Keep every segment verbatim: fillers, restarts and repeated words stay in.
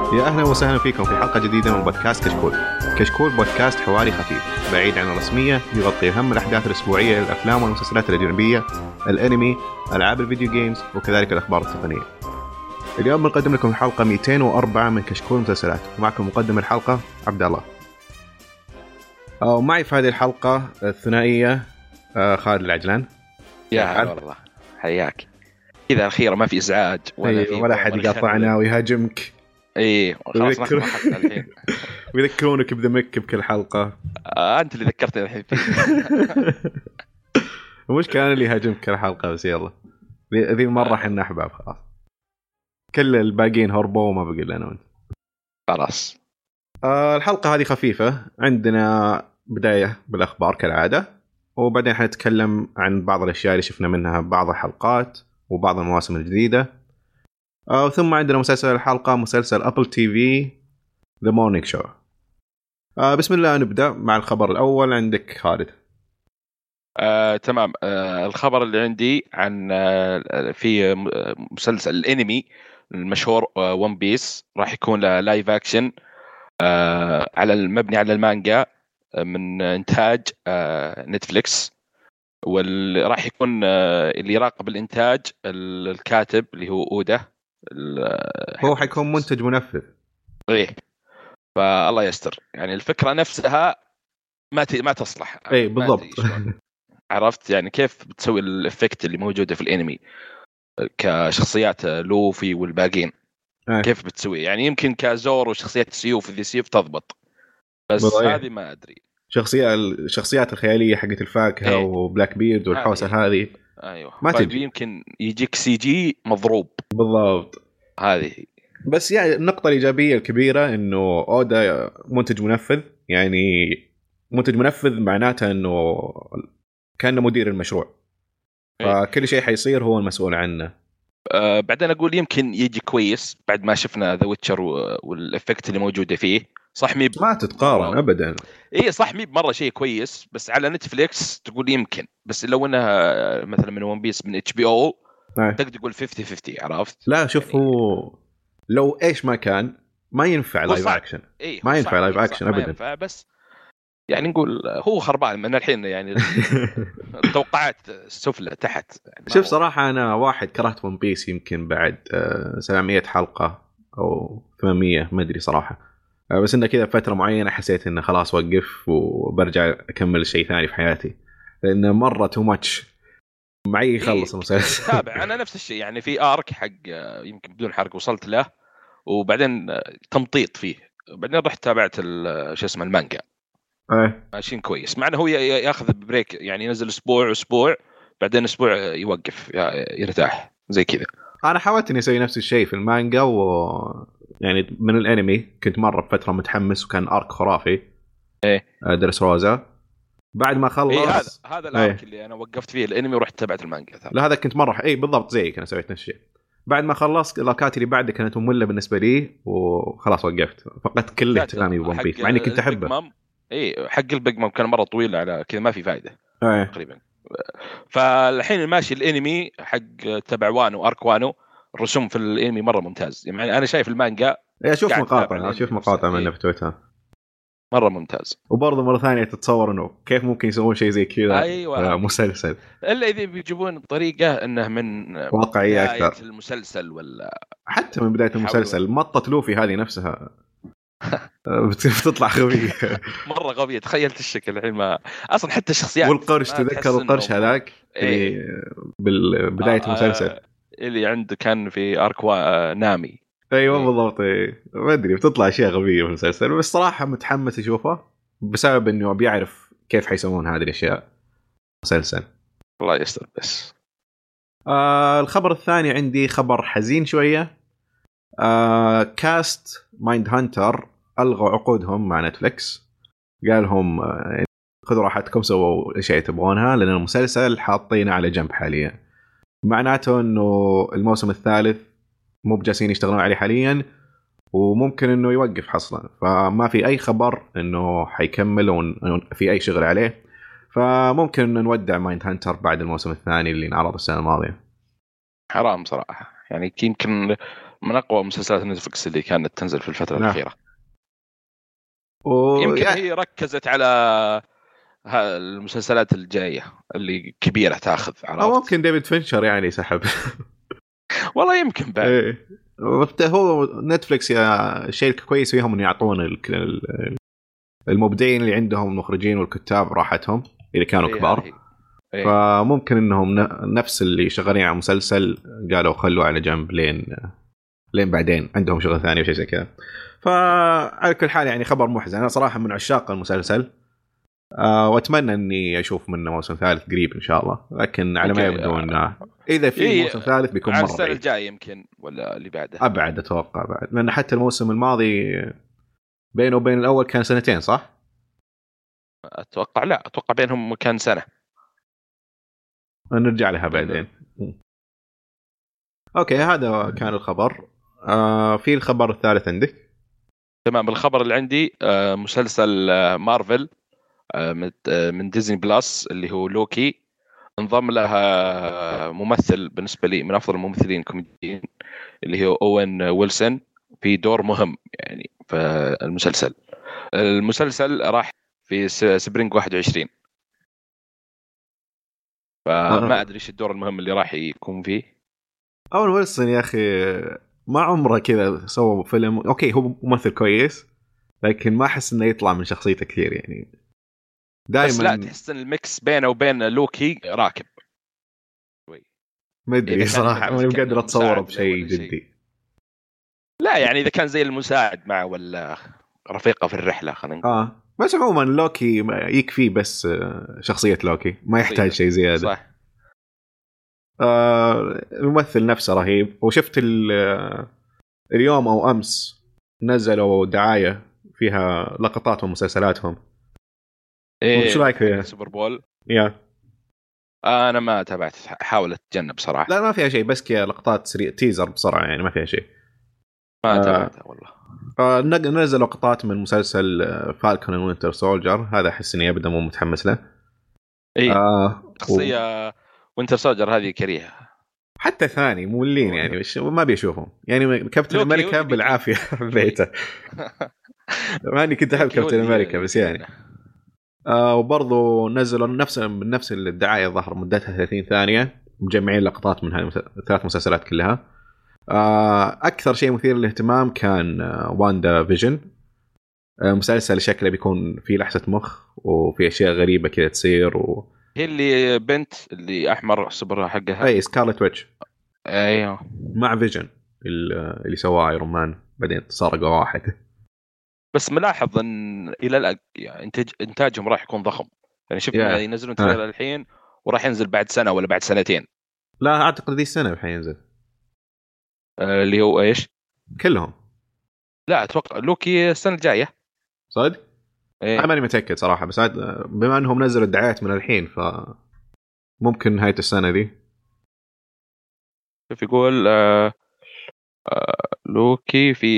يا أهلا وسهلا فيكم في حلقة جديدة من بودكاست كشكول. كشكول بودكاست حواري خفيف بعيد عن الرسمية، يغطي أهم الأحداث الأسبوعية للأفلام والمسلسلات الأجنبية، الأنمي، ألعاب الفيديو جيمز، وكذلك الأخبار التقنية. اليوم بنقدم لكم الحلقة مئتين وأربعة من كشكول مسلسلات، ومعكم مقدم الحلقة عبد الله. ومعي في هذه الحلقة الثنائية خالد العجلان. يا هلا والله، حياك. إذا أخيرا ما في إزعاج ولا في ولا حد يقاطعنا ويهاجمك. ايه خلاص نحن راحتنا الحين. ويذكرونك بذمك بكل حلقة. آه أنت اللي ذكرتني الحين فيه. مش كان اللي يهاجمك كل حلقة، بس يلا ذي مرة حنا أحباب خلاص. كل الباقين هربوا وما بقي لنا وانت. خلاص. آه الحلقة هذه خفيفة، عندنا بداية بالأخبار كالعادة، وبعدين حنتكلم عن بعض الأشياء اللي شفنا منها بعض الحلقات وبعض المواسم الجديدة. آه ثم عندنا مسلسل الحلقة، مسلسل أبل تي في The Morning Show. آه بسم الله نبدأ مع الخبر الأول. عندك خالد. آه، تمام. آه، الخبر اللي عندي عن آه، في مسلسل الانمي المشهور ون آه، بيس راح يكون له لايف اكشن آه، على المبني على المانجا آه، من انتاج آه، نتفليكس، واللي راح يكون آه، اللي يراقب الانتاج الكاتب اللي هو اودا. هو حيكون منتج منفذ. ايه، فالله يستر. يعني الفكره نفسها ما ت... ما تصلح. اي بالضبط. عرفت يعني كيف بتسوي الافكت اللي موجوده في الانمي كشخصيات لوفي والباقين؟ أي. كيف بتسوي؟ يعني يمكن كازور وشخصيات سيوف ذي سيوف تضبط، بس بضيع. هذه ما ادري. شخصيه الشخصيات الخياليه حقت الفاكهه إيه. وبلاك بيرد والحوسه هذه. ايوه ما طيب تجي. يمكن يجيك سي جي مضروب. بالضبط هذه. بس يعني النقطه الايجابيه الكبيره انه اودا منتج منفذ. يعني منتج منفذ معناته انه كان مدير المشروع. إيه. فكل شيء حيصير هو المسؤول عنه. أه بعدين اقول يمكن يجي كويس بعد ما شفنا ذا ويتشر والافكت اللي موجوده فيه. صح ميب ما تتقارن مرة... ابدا. ايه صح ميب مره شيء كويس، بس على نتفليكس تقول يمكن. بس لو انها مثلا من ون بيس من اتش بي او تقدر تقول خمسين خمسين. عرفت؟ لا شوف يعني... هو لو ايش ما كان ما ينفع لايف اكشن. إيه ما ينفع لايف إيه اكشن ابدا. ما ينفع، بس يعني نقول هو خربان من الحين. يعني التوقعات سفلى تحت. يعني شوف صراحة أنا واحد كرهت ون بيس يمكن بعد سبعمية حلقة أو ثمانمية ما أدري صراحة. بس إنه كذا فترة معينة حسيت إنه خلاص وقف وبرجع أكمل شيء ثاني في حياتي، لأنه مرة تو ماتش معي يخلص المسلسل. إيه تابع أنا نفس الشيء. يعني في آرك حق يمكن بدون حرق وصلت له، وبعدين تمطيط فيه، بعدين رحت تابعت شو اسمه المانجا. أيه. ماشيين كويس، مع انه هو ياخذ بريك، يعني ينزل اسبوع اسبوع بعدين اسبوع يوقف يرتاح زي كذا. انا حاولت اني اسوي نفس الشيء في المانجا، و يعني من الانمي كنت مره بفتره متحمس وكان ارك خرافي. ايه درس روزا. بعد ما خلص إيه هذا هذا الارك ايه. اللي انا وقفت فيه الانمي ورحت تابعت المانجا. لا هذا كنت مره اي بالضبط زيك، انا سويت نفس الشيء. بعد ما خلصت الاركات اللي بعد كانت ممله بالنسبه لي وخلاص وقفت، فقدت كل اهتمامي بون بيس مع اني كنت احبه. اي حق البيج مام كان مره طويل على كذا ما في فائده ايه. تقريبا. فالحين ماشي الانمي حق تبع وانو ارك وانو، الرسوم في الانمي مره ممتاز. يعني انا شايف المانجا ايه اشوف مقاطع اشوف مقاطع منه في تويتر مره ممتاز. وبرضه مره ثانيه تتصور انه كيف ممكن يسوون شيء زي كذا. أيوة. مسلسل الا اذا بيجيبون طريقه انه من واقعيه اكثر المسلسل، ولا حتى من بدايه المسلسل. مطه لوفي هذه نفسها بتطلع غبيه. مره غبيه. تخيلت الشكل الحين ما اصلا حتى الشخصيات. والقرش تذكر القرش هذاك إيه. اللي بالبدايه آه المسلسل آه اللي عنده كان في اركوا آه نامي. ايوه بالضبط. ايه ما ادري بتطلع اشياء غبيه في المسلسل، بس صراحه متحمس اشوفه بسبب انه بيعرف كيف حيسوون هذه الاشياء مسلسل. الله يستر. بس آه الخبر الثاني عندي خبر حزين شويه. آه كاست مايند هانتر الغوا عقودهم مع نتفليكس. قالهم آه خذوا راحتكم سووا الاشياء تبغونها لان المسلسل حاطينه على جنب حاليا. معناته انه الموسم الثالث مو بجالسين يشتغلون عليه حاليا وممكن انه يوقف حصلا. فما في اي خبر انه حيكمل وفي اي شغل عليه، فممكن نودع مايند هانتر بعد الموسم الثاني اللي انعرض السنه الماضيه. حرام صراحه. يعني يمكن من اقوى مسلسلات نتفلكس اللي كانت تنزل في الفتره نعم. الاخيره. و... يمكن يعني... هي ركزت على المسلسلات الجايه اللي كبيره تاخذ، او عرفت؟ ممكن ديفيد فينشر يعني سحب. والله يمكن بعد. ايه هو نتفلكس يا شيء كويس فيهم انه يعطون المبدعين اللي عندهم المخرجين والكتاب راحتهم اذا كانوا إيه كبار. هذه. إيه. فممكن انهم نفس اللي شغالين على مسلسل قالوا خلوا على جنب لين لين بعدين عندهم شغل ثاني وشيء زي كذا. فعلى كل حال يعني خبر محزن. انا صراحه من عشاق المسلسل أه واتمنى اني اشوف منه موسم ثالث قريب ان شاء الله، لكن على ما يبدو انه اذا في إيه موسم ثالث بيكون على مره السنه بعيد. الجايه يمكن ولا اللي بعده ابعد اتوقع بعد، لان حتى الموسم الماضي بينه وبين الاول كان سنتين صح؟ اتوقع لا اتوقع بينهم كان سنه. نرجع لها بعدين. اوكي هذا كان الخبر. آه في الخبر الثالث عندك؟ تمام. الخبر اللي عندي آه مسلسل آه مارفل آه من ديزني بلس اللي هو لوكي، انضم لها ممثل بالنسبه لي من افضل الممثلين الكوميديين اللي هو اوين ويلسون في دور مهم يعني في المسلسل. المسلسل راح في سبرينج واحد وعشرين، فما ادري ايش الدور المهم اللي راح يكون فيه. اول ويلسون يا اخي ما عمره كذا سوى فيلم. اوكي هو ممثل كويس لكن ما احس انه يطلع من شخصيته كثير يعني دائما. بس لا تحس ان الميكس بينه وبين لوكي راكب. ما ادري صراحه ما قادر اتصوره بشيء جدي. لا يعني اذا كان زي المساعد معه ولا رفيقه في الرحله خلينا نقول. اه بس عموما لوكي يكفي بس شخصيه لوكي ما يحتاج شيء زياده. صح. آه الممثل نفسه رهيب. وشفت اليوم او امس نزلوا دعايه فيها لقطات من مسلسلاتهم. ايه وش رايك فيها؟ سوبر بول. يا آه انا ما تابعت، احاول اتجنب صراحه. لا ما فيها شيء بس كذا لقطات سريع تيزر بسرعه يعني ما فيها شيء. ما تابعتها آه والله. فنزل لقطات من مسلسل فالكون اند وينتر سولجر، هذا احس اني ابدا مو متحمس له. ايه آه شخصيه و... وينتر سولجر هذه كريهه. حتى ثاني مولين يعني مش ما بيشوفهم يعني. كابتن امريكا بالعافيه في بيته. ما اني كنت احب كابتن امريكا بس يعني. آه وبرضه نزلوا نفس نفس الدعايه ظهر مدتها ثلاثين ثانيه مجمعين لقطات من هذه الثلاث مسلسلات كلها. آه اكثر شيء مثير للاهتمام كان آه واندا فيجن. آه مسلسل شكله بيكون فيه لحسه مخ وفي اشياء غريبه كذا تصير و... هي اللي بنت اللي احمر صبرها حقها. اي سكارلت ويتش. ايوه مع فيجن اللي سواه ايرون مان بعدين سرقوا واحد. بس ملاحظ ان الى الان يعني انتاج انتاجهم راح يكون ضخم يعني. شفنا yeah. ينزلون تريلر الحين وراح ينزل بعد سنه ولا بعد سنتين. لا اعتقد ذي السنه حينزل. آه اللي هو ايش كلهم؟ لا اتوقع لوكي السنه الجايه. صدق؟ إيه؟ انا ماني متاكد صراحه بس بما انهم نزلوا الدعايات من الحين ف ممكن نهايه السنه دي. شوف يقول آه آه لوكي في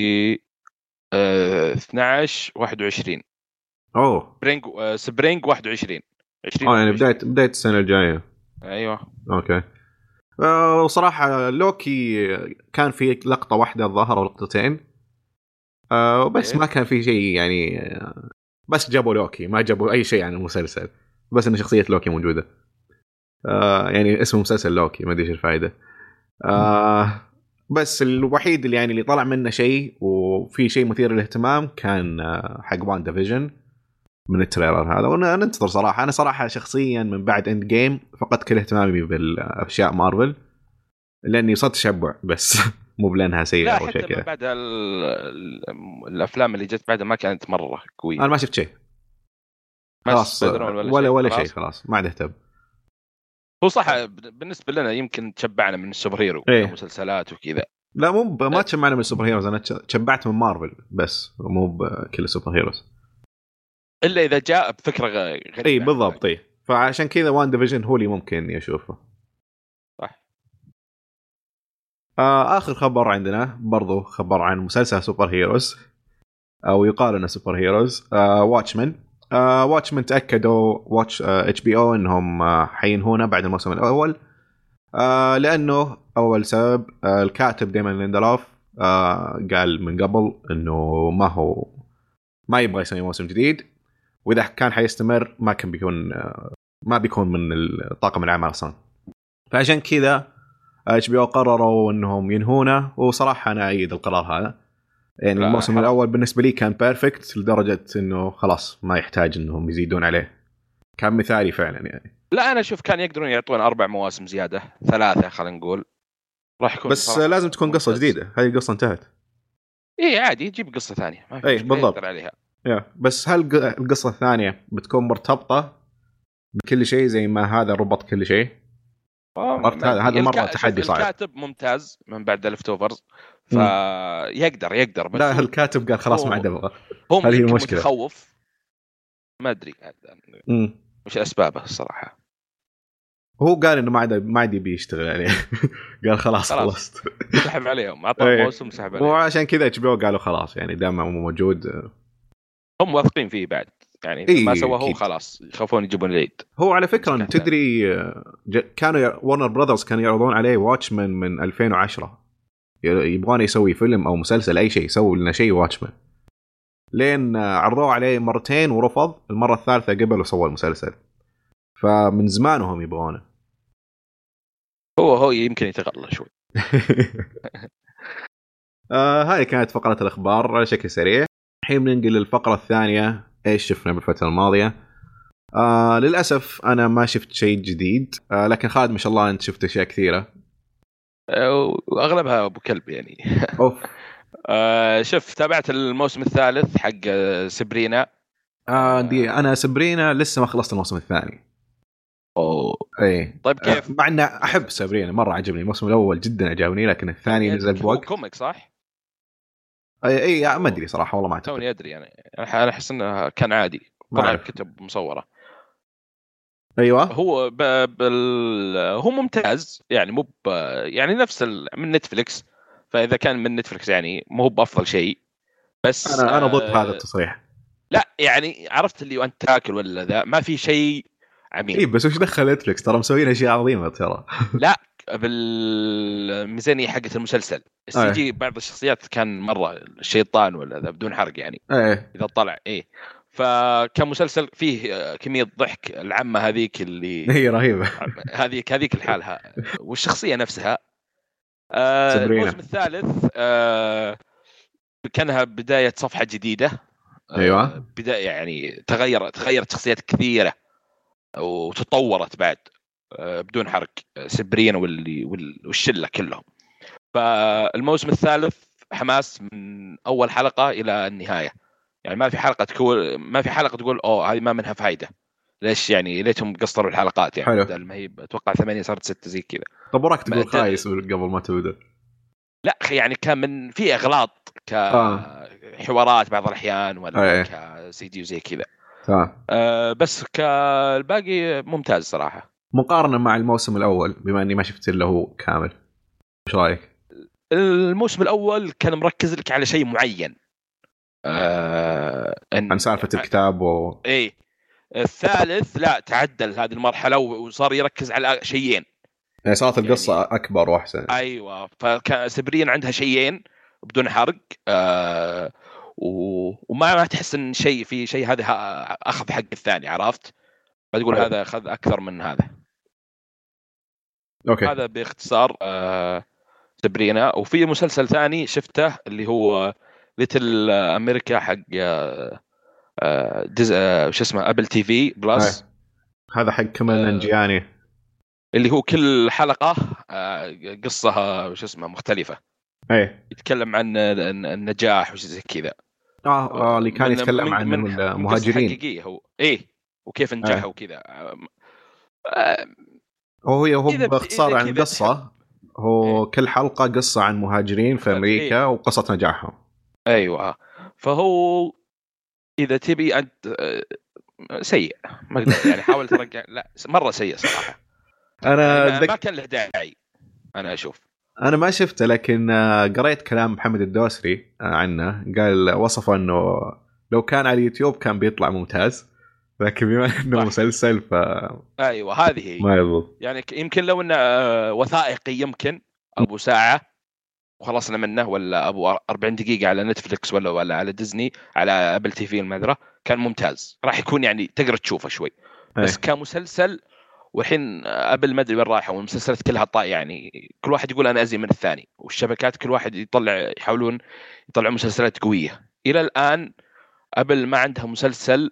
آه اثنا عشر واحد وعشرين. اوه سبرينج آه سبرينج واحد وعشرين عشرين اه يعني بدايه بدايه السنه الجايه. ايوه اوكي. آه وصراحه لوكي كان في لقطه واحده الظاهر او لقطتين آه بس إيه؟ ما كان في شيء يعني آه بس جابوا لوكي ما جابوا اي شيء عن المسلسل بس ان شخصيه لوكي موجوده. آه يعني اسم المسلسل لوكي ما ادري ايش الفائده. آه بس الوحيد اللي يعني اللي طلع منه شيء وفي شيء مثير للاهتمام كان آه حق واندا فيجن من التريلر هذا. وانا ننتظر صراحه. انا صراحه شخصيا من بعد اند جيم فقدت كل اهتمامي بالاشياء مارفل لاني صرت تشبع بس مو بلانها سيئه او شيء كذا. بعد الافلام اللي جت بعدها ما كانت مره قويه. انا ما شفت شيء خلاص ولا ولا, ولا شيء خلاص ما عاد اهتم. هو صح بالنسبه لنا يمكن تشبعنا من السوبر هيرو إيه؟ مسلسلات وكذا. لا مو ب... ما تشبعنا من السوبر هيروز. انا تشبعت من مارفل بس مو بكل السوبر هيروز الا اذا جاء بفكره غريبه. اي بالضبط. اي فعشان كذا وان ديفيجن هو اللي ممكن اني اشوفه. صح. آه اخر خبر عندنا برضو خبر عن مسلسل سوبر هيروز او يقال انه سوبر هيروز. آه واتشمان. آه واتشمان تاكدوا واتش اتش بي او انهم آه حينهونه بعد الموسم الاول. آه لانه اول سبب آه الكاتب دايمون ليندلوف آه قال من قبل انه ما هو ما يبغى يسوي موسم جديد، واذا كان حيستمر ما كان بيكون آه ما بيكون من الطاقم العمل اصلا. فعشان كذا اتش بي او قرروا انهم ينهونه، وصراحه انا ايد القرار هذا. يعني الموسم حرام. الاول بالنسبه لي كان بيرفكت لدرجه انه خلاص ما يحتاج انهم يزيدون عليه، كان مثالي فعلا يعني. لا انا اشوف كان يقدرون يعطون اربع مواسم زياده، ثلاثه خلينا نقول راح يكون، بس لازم تكون ممتاز. قصه جديده، هذه القصه انتهت. ايه عادي يجيب قصه ثانيه ما في اي بالضبط عليها. يا بس هل القصه الثانيه بتكون مرتبطه بكل شيء زي ما هذا ربط كل شيء؟ عرفت هذا هذا مره تحدي صعب. الكاتب ممتاز من بعد ليفت اوفرز، فيقدر يقدر بس لا الكاتب قال خلاص ما عاد ابغى. هذه هي المشكله. متخوف ما ادري امم وش اسبابه الصراحه. هو قال انه ما عاد ما عاد يبي يشتغل عليه. قال خلاص خلصت، سحب عليهم اعطاه موسم سحب عليهم، وعشان كذا اتش بي او قالوا خلاص يعني دام مو موجود. هم واثقين فيه بعد يعني إيه ما سوى هو خلاص يخافون يجيبون العيد. هو على فكره تدري كانوا وارنر براذرز كانوا يعرضون عليه واتشمان من ألفين وعشرة، يبغون يسوي فيلم او مسلسل اي شيء يسوي لنا شيء واتشمان، لين عرضوه عليه مرتين ورفض، المره الثالثه قبل وسوى المسلسل. فمن زمانهم يبغونه. هو هو يمكن يتغلى شوي. آه هاي كانت فقره الاخبار على شكل سريع. الحين بننقل للفقره الثانيه، ايش شفنا بالفتره الماضيه. آه للاسف انا ما شفت شيء جديد، آه لكن خالد ما شاء الله انت شفت اشياء كثيره واغلبها ابو كلب يعني. اوف. آه شوف تابعت الموسم الثالث حق سبرينا. آه دي انا سبرينا لسه ما خلصت الموسم الثاني. اوه اي طيب كيف؟ مع ان احب سبرينا مره عجبني، الموسم الاول جدا عجبني، لكن الثاني نزل بوقت. كوميك صح؟ اي اي ما ادري صراحه والله ما اعتقد. توني ادري يعني انا احس انه كان عادي طلع كتب مصوره. ايوه هو ب... بال... هو ممتاز يعني مو ب... يعني نفس ال... من نتفليكس، فاذا كان من نتفليكس يعني مو بافضل شيء، بس انا انا ضد آه... هذا التصريح. لا يعني عرفت اللي وانت تاكل ولا ذا ما في شيء عميق. اي بس وش دخل نتفليكس؟ ترى مسوين اشياء عظيمه ترى. لا بالميزانيه حقت المسلسل السي جي بعض الشخصيات كان مره الشيطان ولا ذا بدون حرق يعني. أيه. اذا طلع ايه فكان مسلسل فيه كميه ضحك، العمه هذيك اللي هي رهيبه هذيك هذيك الحالها والشخصيه نفسها. آه الموسم الثالث آه كانها بدايه صفحه جديده. آه ايوه بدايه يعني تغير تغيرت شخصيات كثيره وتطورت بعد آه بدون حرق سبرينا واللي والشله كلهم. فالموسم الثالث حماس من اول حلقه الى النهايه، يعني ما في حلقه تقول ما في حلقه تقول اوه هذه ما منها فايده، ليش يعني ليتهم قصروا الحلقات يعني بدل ما هي اتوقع ثمانية صارت ستة زي كذا. طب وراك تقول خايس قبل ما تبدا؟ لا يعني كان من في اغلاط كحوارات بعض الاحيان ولا كسي دي وزي كذا. آه بس كالباقي ممتاز صراحه مقارنه مع الموسم الاول، بما اني ما شفت الا هو كامل، ايش رايك؟ الموسم الاول كان مركز لك على شيء معين آه عن سالفه الكتاب و... ايه. الثالث لا تعدل هذه المرحله وصار يركز على شيئين، يعني صارت القصه يعني اكبر واحسن. ايوه فكان سبرين عندها شيئين بدون حرق آه و... وما ما تحس ان شيء في شيء هذا اخذ حق الثاني، عرفت؟ فتقول هذا اخذ اكثر من هذا. اوكي هذا باختصار آه سبرينا. وفي مسلسل ثاني شفته اللي هو ليتل امريكا حق آه دز... آه وش اسمه ابل تي في بلس. هاي. هذا حق كمان آه ننجياني اللي هو كل حلقه آه قصه وش اسمه مختلفه. ايه يتكلم عن النجاح وش زي كذا. اه, آه اللي كان يتكلم عن المهاجرين حقيقيه هو ايه وكيف نجحوا آه. وكذا. آه هو هو باختصار عن قصه، هو إيه؟ كل حلقه قصه عن مهاجرين في امريكا إيه؟ وقصه نجاحهم. ايوه فهو اذا تبي انت سيء ما اقدر يعني حاول ترجع لا مره سيء صراحه. انا يعني ما كان له داعي انا اشوف. انا ما شفته لكن قريت كلام محمد الدوسري عنه، قال وصفه انه لو كان على اليوتيوب كان بيطلع ممتاز، لكن بما انه صح. مسلسل ف ايوه هذه هي. ما يضبط. يعني ك- يمكن لو انه آه، وثائقي يمكن ابو ساعه وخلصنا منه، ولا ابو أربعين دقيقه على نتفليكس ولا ولا على ديزني على ابل تي في المدرة، كان ممتاز، راح يكون يعني تقدر تشوفه شوي. بس أي. كمسلسل والحين ابل ما ادري وين رايحه، والمسلسلات كلها طاء يعني، كل واحد يقول انا ازين من الثاني، والشبكات كل واحد يطلع يحاولون يطلعوا مسلسلات قويه. الى الان ابل ما عندها مسلسل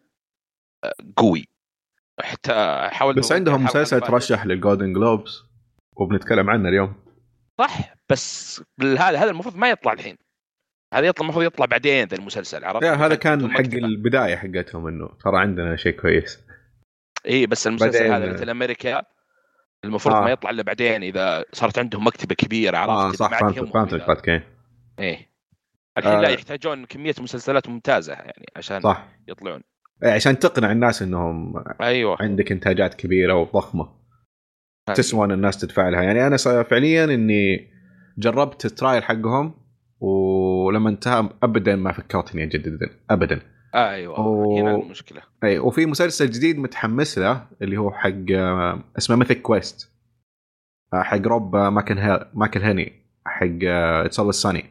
قوي، حتى حاولت بس عندهم مسلسل ترشح للجولدن جلوبز وبنتكلم عنه اليوم. صح، بس هذا هذا المفروض ما يطلع الحين، هذا يطلع المفروض يطلع بعدين ذا المسلسل، عرفت؟ يا هذا كان حق البدايه حقتهم انه ترى عندنا شيء كويس. اي بس المسلسل بعدين- هذا مثل امريكا المفروض آه. ما يطلع الا بعدين اذا صارت عندهم مكتبه كبيره، عرفت؟ اه إذا صح، ما عاد فهمت يهمهم فهمت إذا- القط كين. ايه الحين لا آه. يحتاجون كميه مسلسلات ممتازه يعني عشان صح. يطلعون. إيه، عشان تقنع الناس انهم ايوه عندك انتاجات كبيره وضخمه هذه. تسوى ان الناس تدفع لها. يعني انا س- فعليا اني جربت الترايل حقهم ولما انتهى ابدا ما فكرت اني اجدد ابدا. ايوه و- هنا المشكله. اي وفي مسلسل جديد متحمس له اللي هو حق آه، اسمه ميثيك كويست، آه، حق روب آه، ماكن ماكل هاني، حق اتس اولويز ساني.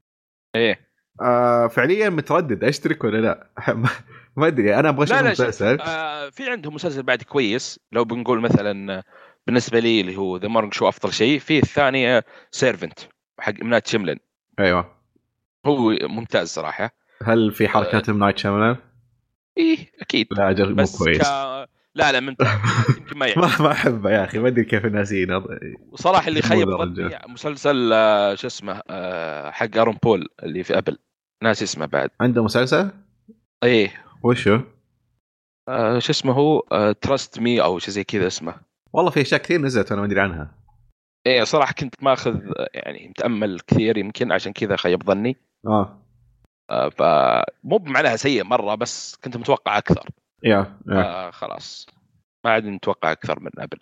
ايه آه فعليا متردد اشترك ولا لا. ما ادري، انا ابغى اشوف لا لا شوف، المسلسل. آه في عندهم مسلسل بعد كويس، لو بنقول مثلا آه، بالنسبه لي اللي هو ذا مورنينج شو افضل شيء، في الثاني سيرفنت حق منات شملن، ايوه هو ممتاز صراحه. هل في حركات ام نايت شاملان؟ ايه اكيد. لا اجل مو بس كويس. ك... لا لا ممتاز بس يمكن ما يعني. ما ما احبه يا اخي، ما ادري كيف الناس ينض... وصراحه اللي خيب مو ظني درجة. مسلسل آه، شو اسمه آه، حق ارون بول اللي في ابل، ناس اسمه بعد. عنده مسلسل ايه وشو؟ آه، شو اسمه هو تراست مي او شيء زي كذا اسمه. والله في اشياء كثير نزلت انا ما ادري عنها. ايه صراحه كنت ماخذ يعني متامل كثير، يمكن عشان كذا خيب ظني. اه آه، فمو بمعناها سيء مره، بس كنت متوقع اكثر. يا, يا. آه خلاص ما عاد نتوقع اكثر من ابل.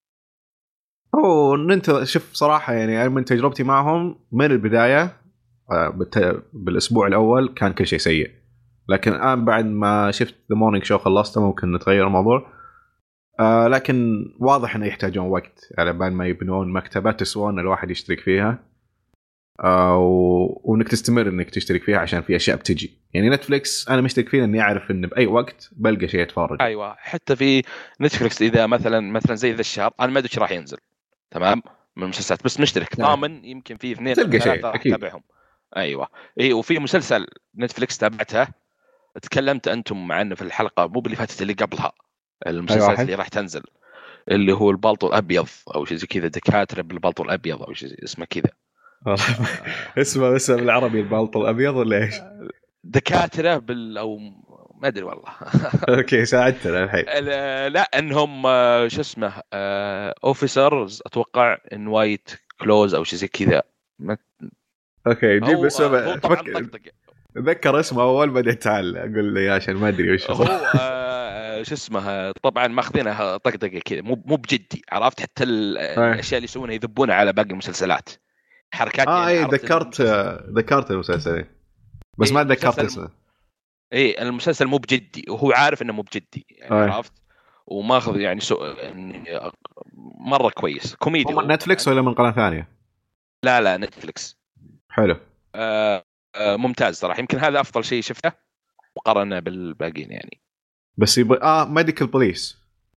هو انت شوف صراحه يعني من تجربتي معهم من البدايه آه، بالت... بالاسبوع الاول كان كل شيء سيء، لكن الان بعد ما شفت ذا مورنينج شو خلصته ممكن نتغير الموضوع. آه لكن واضح انه يحتاجون وقت على بال ما يبنون مكتبه تسوى ان الواحد يشترك فيها، آه و... وانك تستمر انك تشترك فيها عشان في اشياء بتجي. يعني نتفليكس انا مشترك فيه لاني اعرف ان باي وقت بلقى شيء اتفرج. ايوه حتى في نتفلكس اذا مثلا مثلا زي ذا الشهر انا ما ادري ايش راح ينزل تمام من المسلسلات، بس نشترك نعم. ضامن يمكن في اثنين تلقى أو شيء، ثلاثة راح أكيد. اتابعهم. ايوه اي. وفي مسلسل نتفلكس تابعته، تكلمت انتم عنه في الحلقه مو اللي فاتت اللي قبلها، المسلسلات أيوة اللي راح تنزل اللي هو البلطو الابيض او شيء زي كذا، دكاتره بالبلطو الابيض او شيء اسمه كذا. اسمه اسمه بالعربي البلط الابيض ولا ايش؟ دكاتره بال او ما ادري والله. اوكي ساعدتنا الحين. لا انهم آه، شو اسمه اوفيسرز اتوقع ان وايت كلوز او شيء زي كذا. ما- اوكي جيب هو اسمه هو طبعا فك... طقطق. ذكر اسمه اول بعدين تعال اقول لي عشان ما ادري وش هو آه، شو اسمه طبعا ماخذينها طقطقه كذا، مو مو بجدي، عرفت؟ حتى ال- الاشياء اللي يسوونها يذبونها على باقي المسلسلات، حركات اه يعني اي عرفت ذكرت المسلسل. ذكرت المسلسل بس إيه، ما ذكرت المسلسل- اسمه. اي المسلسل مو بجدي وهو عارف انه مو بجدي يعني، أي. عرفت؟ وماخذ يعني سو... يعني مره كويس كوميدي. هو من نتفليكس ولا من قناه ثانيه؟ لا لا نتفليكس. حلو. آه آه ممتاز صراحه، يمكن هذا افضل شيء شفته مقارنه بالباقيين يعني. بس يبغى اه ميديكال بوليس.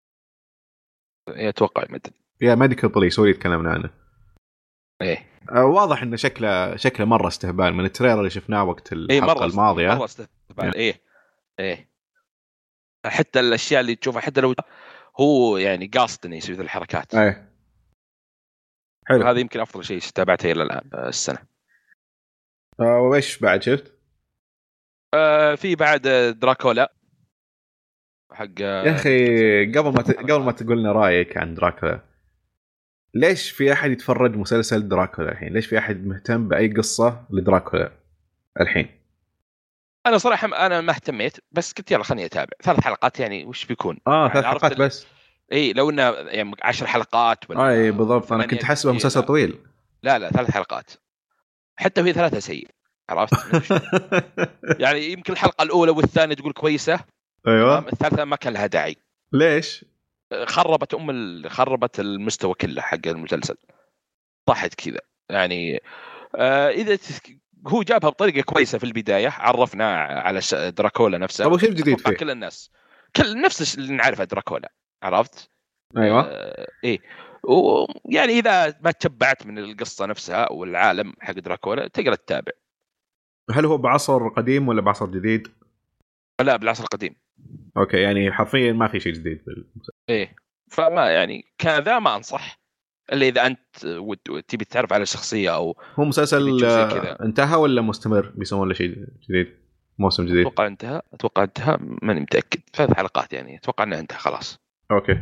اتوقع مدري. يا ميديكال بوليس هو اللي تكلمنا عنه. ايه آه واضح انه شكله شكله مره استهبال من التريلر اللي شفناه وقت ايه الحلقه مره الماضيه. مره استهبال. ايه ايه حتى الاشياء اللي تشوفها حتى لو هو يعني قاصد انه يسوي ذي الحركات. اي حلو. هذا يمكن افضل شيء تابعته الى الان آه، السنه. آه وايش بعد شفت؟ آه في بعد دراكولا حق يا اخي قبل ما ت... قبل ما تقول لنا رايك عن دراكولا، ليش في احد يتفرج مسلسل دراكولا الحين؟ ليش في احد مهتم باي قصه لدراكولا الحين؟ انا صراحه انا ما اهتميت، بس قلت يلا خليني اتابع ثلاث حلقات يعني وش بيكون. اه يعني ثلاث عرفت حلقات ال- بس. اي لو انه يعني عشر حلقات ولا اي بالضبط، انا ثمانية كنت حاسبه إيه، مسلسل لا. طويل. لا لا ثلاث حلقات، حتى وهي ثلاثة سيء، عرفت؟ يعني يمكن الحلقة الأولى والثانية تقول كويسة، ايوه. الثالثه ما كان لها داعي. ليش؟ خربت ام ال... خربت المستوى كله حق المسلسل. طاحت كذا يعني. آه اذا تسك... هو جابها بطريقه كويسه في البدايه، عرفنا على ش... دراكولا نفسه. طب وش الجديد فيه؟ كل الناس كل نفس اللي نعرفه دراكولا، عرفت؟ ايوه. آه ايه. ويعني اذا ما تشبعت من القصه نفسها والعالم حق دراكولا تقدر تتابع. هل هو بعصر قديم ولا بعصر جديد؟ لا، بالعصر القديم. اوكي، يعني حرفيا ما في شيء جديد بالمسلسل. ايه، فما يعني كذا ما انصح الا اذا انت ود- تبي تعرف على شخصيه او هو مسلسل تبي زي كذا. انتهى ولا مستمر بيسوون له شيء جديد، موسم جديد؟ اتوقع انتهى، اتوقع انتهى، ماني متاكد. ثلاث حلقات يعني، اتوقع انه انتهى خلاص. اوكي.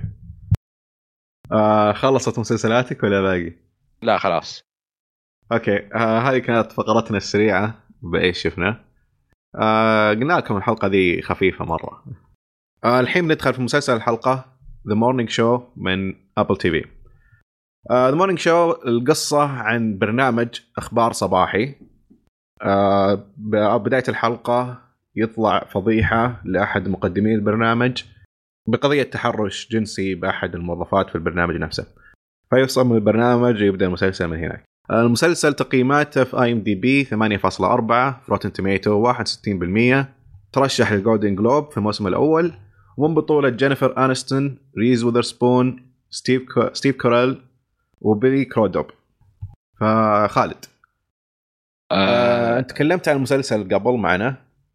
آه خلصت مسلسلاتك ولا باقي؟ لا خلاص. اوكي. آه هذه كانت فقرتنا السريعه بايش شفنا. آه قلنا لكم الحلقه دي خفيفه مره. آه الحين ندخل في مسلسل الحلقه The Morning Show من ابل تي في. ذا مورنينج شو القصة عن برنامج أخبار صباحي. آه بداية الحلقة يطلع فضيحة لأحد مقدمين البرنامج بقضية تحرش جنسي بأحد الموظفات في البرنامج نفسه، فيفصل من البرنامج ويبدأ المسلسل من هناك. المسلسل تقييماته في اي ام دي بي ثمانية فاصلة أربعة، في روتن توميتو واحد وستين بالمية، ترشح للجولدن جلوب في الموسم الأول، ومن بطولة جينيفر آنستون، ريز وذرسبون، ستيف كو... ستيف كوريل وبيلي كرودوب. فخالد، آه آه، انت تكلمت عن المسلسل قبل معنا.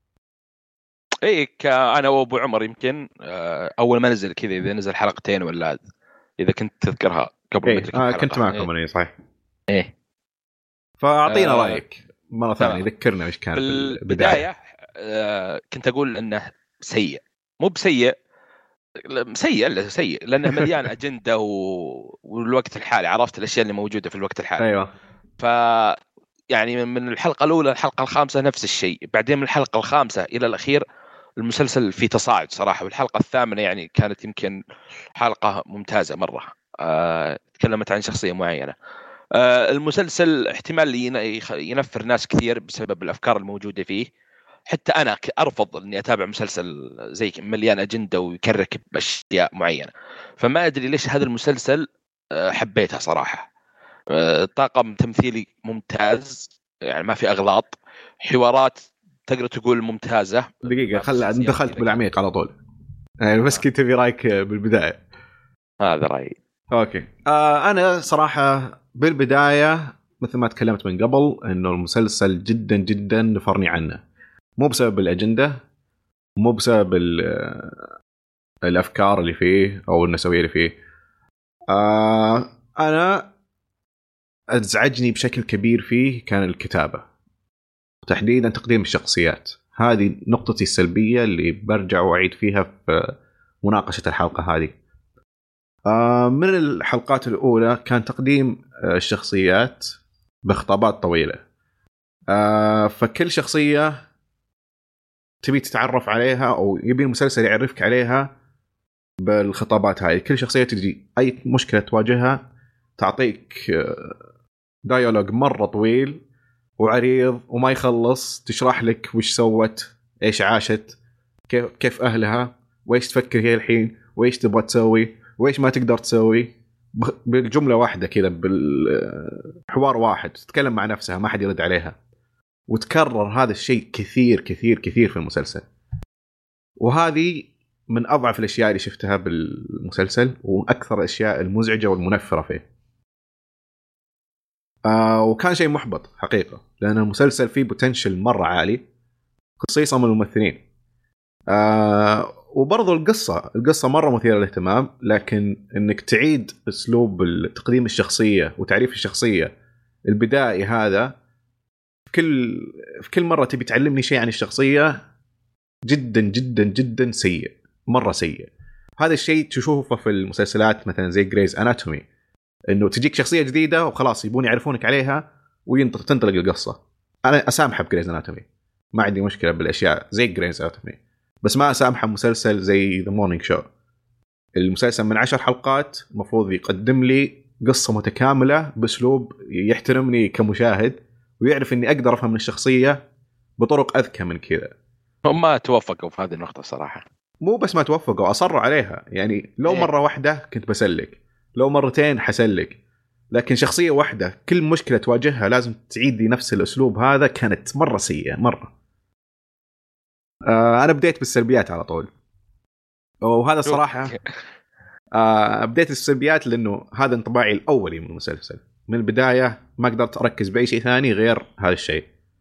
ايه، انا وابو عمر يمكن آه اول ما نزل كذا، اذا نزل حلقتين ولا اذا كنت تذكرها قبل إيه. ما تركب آه حلقة. كنت معكم إيه. انا صحيح. ايه. فاعطينا آه رايك مره ثانيه، ذكرنا ايش كان في في البدايه. البدايه. آه كنت اقول انه سيء، مو بسيء، سيء لا سيء، لانه مليان اجنده و... والوقت الحالي، عرفت الاشياء اللي موجوده في الوقت الحالي. ايوه. ف يعني من الحلقه الاولى للحلقه الخامسه نفس الشيء، بعدين من الحلقه الخامسه الى الاخير المسلسل في تصاعد صراحه. والحلقه الثامنه يعني كانت يمكن حلقه ممتازه مره. أه... تكلمت عن شخصيه معينه. أه... المسلسل احتمال ينفر ناس كثير بسبب الافكار الموجوده فيه. حتى انا ارفض اني اتابع مسلسل زي مليان اجنده ويكرك باشياء معينه. فما ادري ليش هذا المسلسل حبيته صراحه. طاقم تمثيلي ممتاز، يعني ما في اغلاط، حوارات تقدر تقول ممتازه. دقيقه، خل دخلت بالعميق على طول يعني، بس كنت تبي رايك بالبدايه. هذا رايي. اوكي. آه انا صراحه بالبدايه مثل ما تكلمت من قبل انه المسلسل جدا جدا نفرني عنه، مو بسبب الاجنده، مو بسبب الافكار اللي فيه او النسويه اللي فيه. آه انا ازعجني بشكل كبير فيه كان الكتابه، تحديدا تقديم الشخصيات. هذه نقطتي السلبيه اللي برجع واعيد فيها في مناقشه الحلقه هذه. آه من الحلقات الاولى كان تقديم الشخصيات بخطابات طويله. آه فكل شخصيه تبي تتعرف عليها او يبي المسلسل يعرفك عليها بالخطابات هاي. كل شخصيه تجي اي مشكله تواجهها تعطيك دايالوج مره طويل وعريض وما يخلص، تشرح لك وش سوت، ايش عاشت، كيف كيف اهلها، وايش تفكر هي الحين، وايش تبغى تسوي، وايش ما تقدر تسوي، بالجمله واحده كذا، بالحوار واحد تتكلم مع نفسها ما حد يرد عليها. وتكرر هذا الشيء كثير كثير كثير في المسلسل، وهذه من أضعف الأشياء اللي شفتها بالمسلسل وأكثر الأشياء المزعجة والمنفرة فيه. آه وكان شيء محبط حقيقة، لأن المسلسل فيه بوتنشل مرة عالي خصيصا من الممثلين. آه وبرضو القصة القصة مرة مثيرة للاهتمام، لكن إنك تعيد أسلوب تقديم الشخصية وتعريف الشخصية البدائي هذا في كل في كل مرة تبي تعلمني شيء عن الشخصية جدا جدا جدا سيء، مرة سيء. هذا الشيء تشوفه في المسلسلات مثلا زي جريز أناتومي، إنه تجيك شخصية جديدة وخلاص يبون يعرفونك عليها وتنطلق القصة. أنا أسامحه بجريز أناتومي، ما عندي مشكلة بالأشياء زي جريز أناتومي، بس ما أسامحه مسلسل زي The Morning Show. المسلسل من عشر حلقات مفروض يقدم لي قصة متكاملة بأسلوب يحترمني كمشاهد ويعرف إني أقدر أفهم من الشخصية بطرق أذكى من كذا. هم ما توفقوا في هذه النقطة صراحة. مو بس ما توفقوا، اصروا عليها. يعني لو إيه. مره واحده كنت بسلك، لو مرتين حسلك، لكن شخصيه واحده كل مشكله تواجهها لازم تعيدي نفس الاسلوب هذا، كانت مره سيئه مره. آه انا بديت بالسلبيات على طول، وهذا الصراحه آه بديت السلبيات لانه هذا انطباعي الاولي من المسلسل. من البدايه ما قدرت اركز باي شيء ثاني غير هذا الشيء.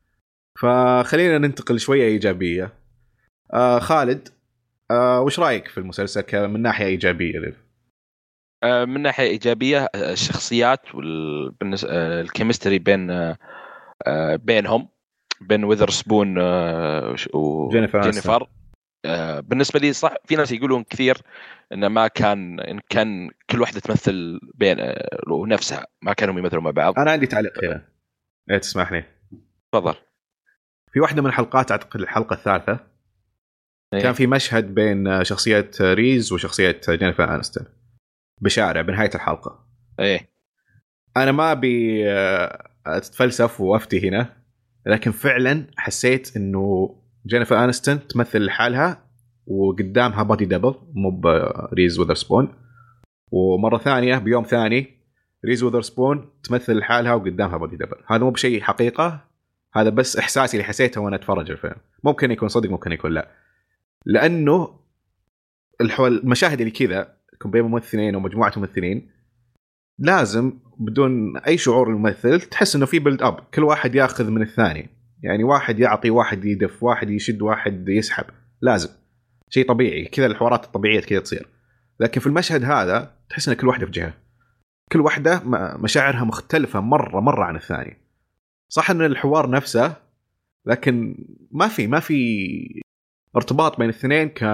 فخلينا ننتقل شويه ايجابيه. آه خالد، آه وش رايك في المسلسل من ناحيه ايجابيه؟ آه، من ناحيه ايجابيه، آه، الشخصيات والكيمستري بين آه، بينهم، بين ويذرسبون جينيفر أنستون. وجينيفر. آه، بالنسبه لي صح، في ناس يقولون كثير ان ما كان ان كان كل واحده تمثل بين آه، نفسها، ما كانوا يمثلوا مع بعض. انا عندي تعليق هنا، إيه تسمح لي؟ تفضل. في واحده من الحلقات، اعتقد الحلقه الثالثه، إيه؟ كان في مشهد بين شخصيه ريز وشخصيه جينيفر أنستون بشارع بنهايه الحلقه. ايه، انا ما ابي اتفلسف وافتي هنا، لكن فعلا حسيت انه جينيفر أنستون تمثل لحالها وقدامها بودي دبل، مو بريز وذرسبون. ومره ثانيه بيوم ثاني ريز وذرسبون تمثل لحالها وقدامها بودي دبل. هذا مو بشيء حقيقه، هذا بس احساسي اللي حسيته وانا اتفرج الفيلم. ممكن يكون صدق ممكن يكون لا، لانه الحوال المشاهد اللي كذا يكون بين ممثلين ومجموعه ممثلين لازم بدون اي شعور الممثل تحس انه في بيلد اب، كل واحد ياخذ من الثاني. يعني واحد يعطي، واحد يدف، واحد يشد، واحد يسحب، لازم شيء طبيعي كذا، الحوارات الطبيعيه كذا تصير. لكن في المشهد هذا تحس ان كل واحده في جهه، كل واحده مشاعرها مختلفه مره مره عن الثاني. صح ان الحوار نفسه، لكن ما في ما في ارتباط بين الاثنين ك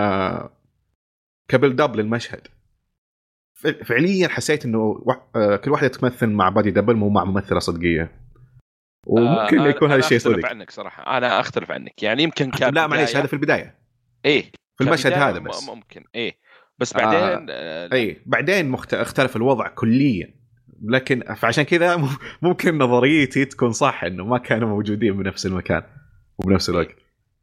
كبيلد اب للمشهد. فعليا حسيت انه كل واحده تمثل مع بادي دبل مو مع ممثله صدقيه. وممكن آه يكون هذا الشيء صدق. انا اختلف عنك صراحه، انا اختلف عنك. يعني يمكن كان لا معليش، هذا في البدايه، ايه في المشهد هذا بس. ممكن ايه، بس بعدين آه آه اي بعدين مخت... اختلف الوضع كليا. لكن فعشان كذا ممكن نظريتي تكون صح انه ما كانوا موجودين بنفس المكان وبنفس الوقت.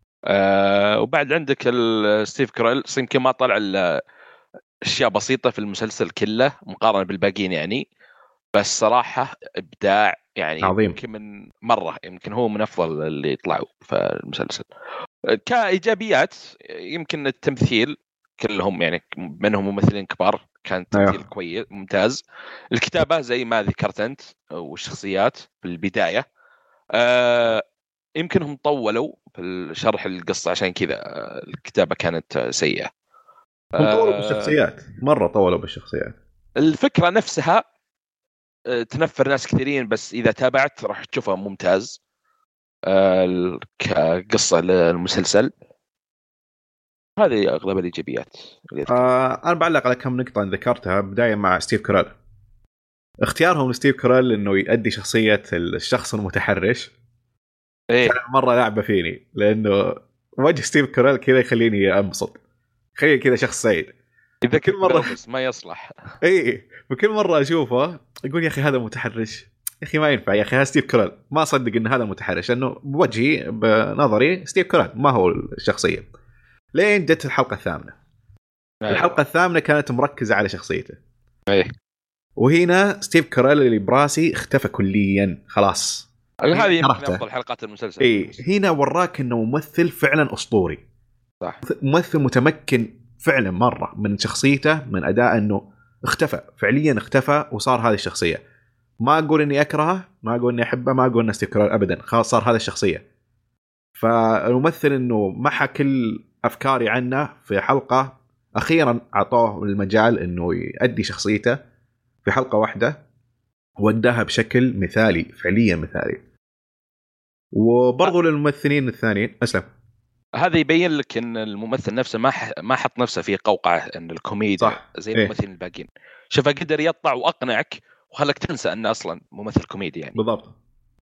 آه وبعد عندك ستيف كاريل، يمكن ما طلع اشياء بسيطه في المسلسل كله مقارنه بالباقيين يعني، بس صراحه ابداع يعني عظيم. يمكن من مره، يمكن هو من افضل اللي طلعوا في المسلسل. كايجابيات يمكن التمثيل كلهم، يعني منهم ممثلين كبار، كان تمثيل أيوه. كويس ممتاز. الكتابه زي ما ذكرت انت، والشخصيات في البدايه آه يمكن هم طولوا في شرح القصه، عشان كذا الكتابه كانت سيئه. هم طولوا بالشخصيات مرة، طولوا بالشخصيات. الفكرة نفسها تنفر ناس كثيرين، بس إذا تابعت راح تشوفها ممتاز كقصة للمسلسل. هذه أغلب الإيجابيات. آه أنا بعلق على كم نقطة ذكرتها. بداية مع ستيف كاريل، اختيارهم لستيف كاريل إنه يؤدي شخصية الشخص المتحرش إيه؟ كان مرة لعبة فيني، لأنه وجه ستيف كاريل كذا يخليني أنبسط، خلي كذا شخص سعيد. إذا كل مرة بس ما يصلح. إيه بكل مرة أشوفه يقول يا أخي هذا متحرش، يا أخي ما ينفع، يا أخي هذا ستيف كاريل، ما أصدق إن هذا متحرش، لأنه بوجهي بنظري ستيف كاريل ما هو الشخصية. لين جت الحلقة الثامنة. أيوة. الحلقة الثامنة كانت مركزة على شخصيته. أيه. وهنا ستيف كاريل اللي براسي اختفى كليا خلاص. هذه يمكن أفضل حلقات المسلسل. إيه هنا وراك إنه ممثل فعلا أسطوري. صح. ممثل متمكن فعلا مرة من شخصيته، من أداء، إنه اختفى فعليا، اختفى وصار هذه الشخصية. ما أقول إني أكرهه، ما أقول إني أحبه، ما أقول إنه ستيف كاريل أبدا، خلاص صار هذا الشخصية. فالممثل إنه محى كل أفكاري عنه في حلقة، أخيرا أعطوه المجال إنه يؤدي شخصيته في حلقة واحدة، وأداها بشكل مثالي، فعليا مثالي. وبرضو للممثلين الثانيين أسلم، هذا يبين لك ان الممثل نفسه ما ح... ما حط نفسه في قوقعه ان الكوميديا زي الممثلين إيه؟ الباقيين شوفه قدر يطلع واقنعك وخلك تنسى انه اصلا ممثل كوميدي يعني. بالضبط.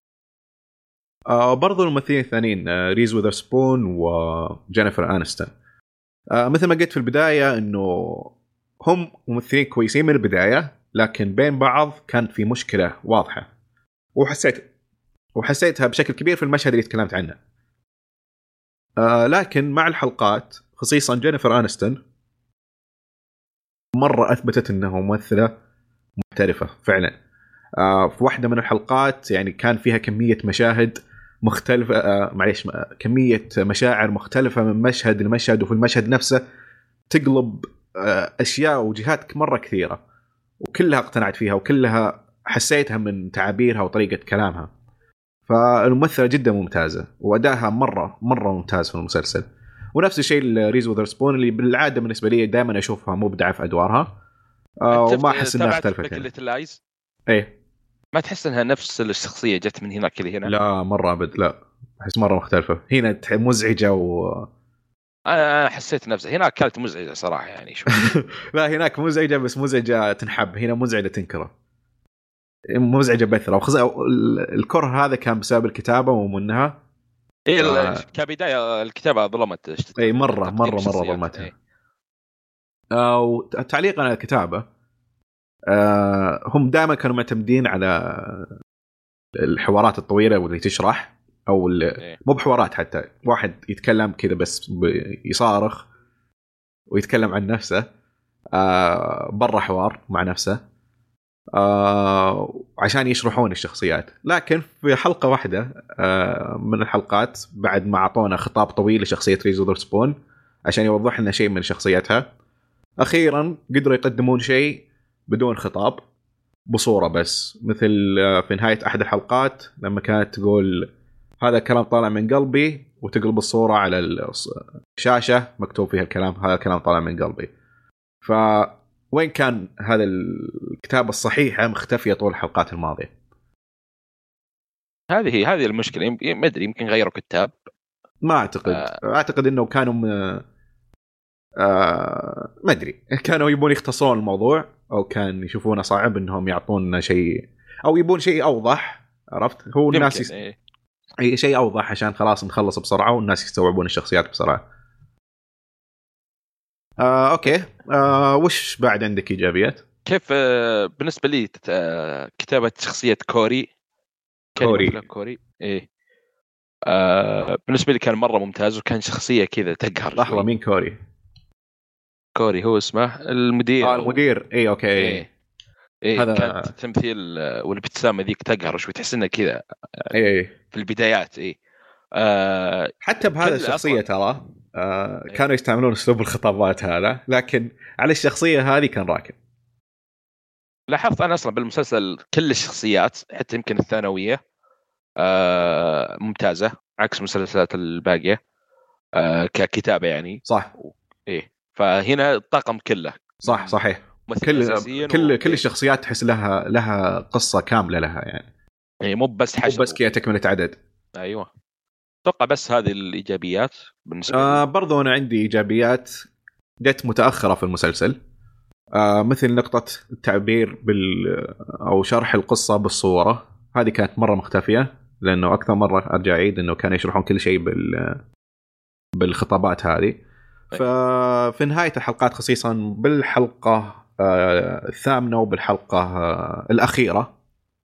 آه برضو الممثلين الثانيين آه ريز وذرسبون وجينيفر أنستون، آه مثل ما قلت في البداية إنه هم ممثلين كويسين من البداية، لكن بين بعض كان في مشكلة واضحة، وحسيت وحسيتها بشكل كبير في المشهد اللي تكلمت عنه. آه لكن مع الحلقات خصيصا جينيفر آنستون مرة أثبتت أنها ممثلة محترفة فعلا. آه في واحدة من الحلقات يعني كان فيها كمية مشاهد مختلفة، آه معليش كمية مشاعر مختلفة من مشهد لمشهد، وفي المشهد نفسه تقلب آه أشياء وجهات مرة كثيرة، وكلها اقتنعت فيها وكلها حسيتها من تعابيرها وطريقة كلامها. فالممثلة جدا ممتازة وأدائها مرة مرة ممتاز في المسلسل. ونفس الشيء ريز وذرسبون اللي بالعادة بالنسبة لي دائما أشوفها مبدعة في أدوارها، آه وما أحس إنها اختلفت يعني. اللايز إيه ما تحس إنها نفس الشخصية جت من هناك اللي هنا؟ لا مرة أبد، لا أحس مرة مختلفة. هنا مزعجة و أنا حسيت نفسه هناك كانت مزعجة صراحة يعني شوي. لا هناك مزعجة بس مزعجة تنحب، هنا مزعجة تنكره، مزعجة بثرة. وخص... الكره هذا كان بسبب الكتابة ومنها إيه آه... كبداية الكتابة ظلمت. أي مرة مرة مرة ظلمتها. إيه. آه وتعليقا على الكتابة، آه هم دائما كانوا معتمدين على الحوارات الطويلة واللي تشرح أو إيه. مو بحوارات، حتى واحد يتكلم كذا بس يصارخ ويتكلم عن نفسه آه برا حوار مع نفسه آه عشان يشرحون الشخصيات. لكن في حلقة واحدة آه من الحلقات بعد ما أعطونا خطاب طويل لشخصية ريز وذرسبون عشان يوضح لنا شيء من شخصيتها، أخيرا قدروا يقدمون شيء بدون خطاب بصورة بس، مثل في نهاية أحد الحلقات لما كانت تقول هذا الكلام طالع من قلبي وتقلب الصورة على الشاشة مكتوب فيها الكلام هذا الكلام طالع من قلبي. فوين كان هذا الكتابة الصحيحة مختفية طول الحلقات الماضية. هذه هذه المشكلة. ما أدري يمكن غيروا كتاب، ما أعتقد آه. أعتقد إنه كانوا م... آه... ما أدري كانوا يبون يختصرون الموضوع أو كان يشوفونه صعب إنهم يعطونا شيء أو يبون شيء أوضح. عرفت هو الناس يس... إيه. أي شيء أوضح عشان خلاص نخلص بسرعة والناس يستوعبون الشخصيات بسرعة. آه، أوكي آه، وش بعد عندك إيجابيات؟ كيف آه بالنسبة لي آه كتابة شخصية كوري كوري كوري إيه آه بالنسبة لي كان مرة ممتاز وكان شخصية كذا تقهر. لحظة مين كوري؟ كوري هو اسمه المدير. آه المدير إيه أوكي إيه, إيه هذا كانت تمثيل والابتسامة ذيك تقهر شوي تحس إنه كذا إيه في البدايات. إيه آه حتى بهذا الشخصية ترى آه إيه. كانوا يستعملون أسلوب الخطابات هذا لكن على الشخصية هذه كان راكب. لاحظت أنا أصلا بالمسلسل كل الشخصيات حتى يمكن الثانوية آه ممتازة عكس المسلسلات الباقية آه ككتابة يعني. صح إيه فهنا الطاقم كله صح صحيح كل كل و... كل الشخصيات تحس لها لها قصة كاملة لها يعني. إيه مو بس حشر مو بس كذا تكملة عدد. أيوة أتوقع بس هذه الإيجابيات بالنسبة آه لي. برضو أنا عندي إيجابيات جت متأخرة في المسلسل آه مثل نقطة التعبير بال أو شرح القصة بالصورة، هذه كانت مرة مختفية لأنه أكثر مرة أرجع أعيد إنه كانوا يشرحون كل شيء بال بالخطابات هذه. ففي نهاية الحلقات خصيصا بالحلقة آه الثامنة وبالحلقة آه الأخيرة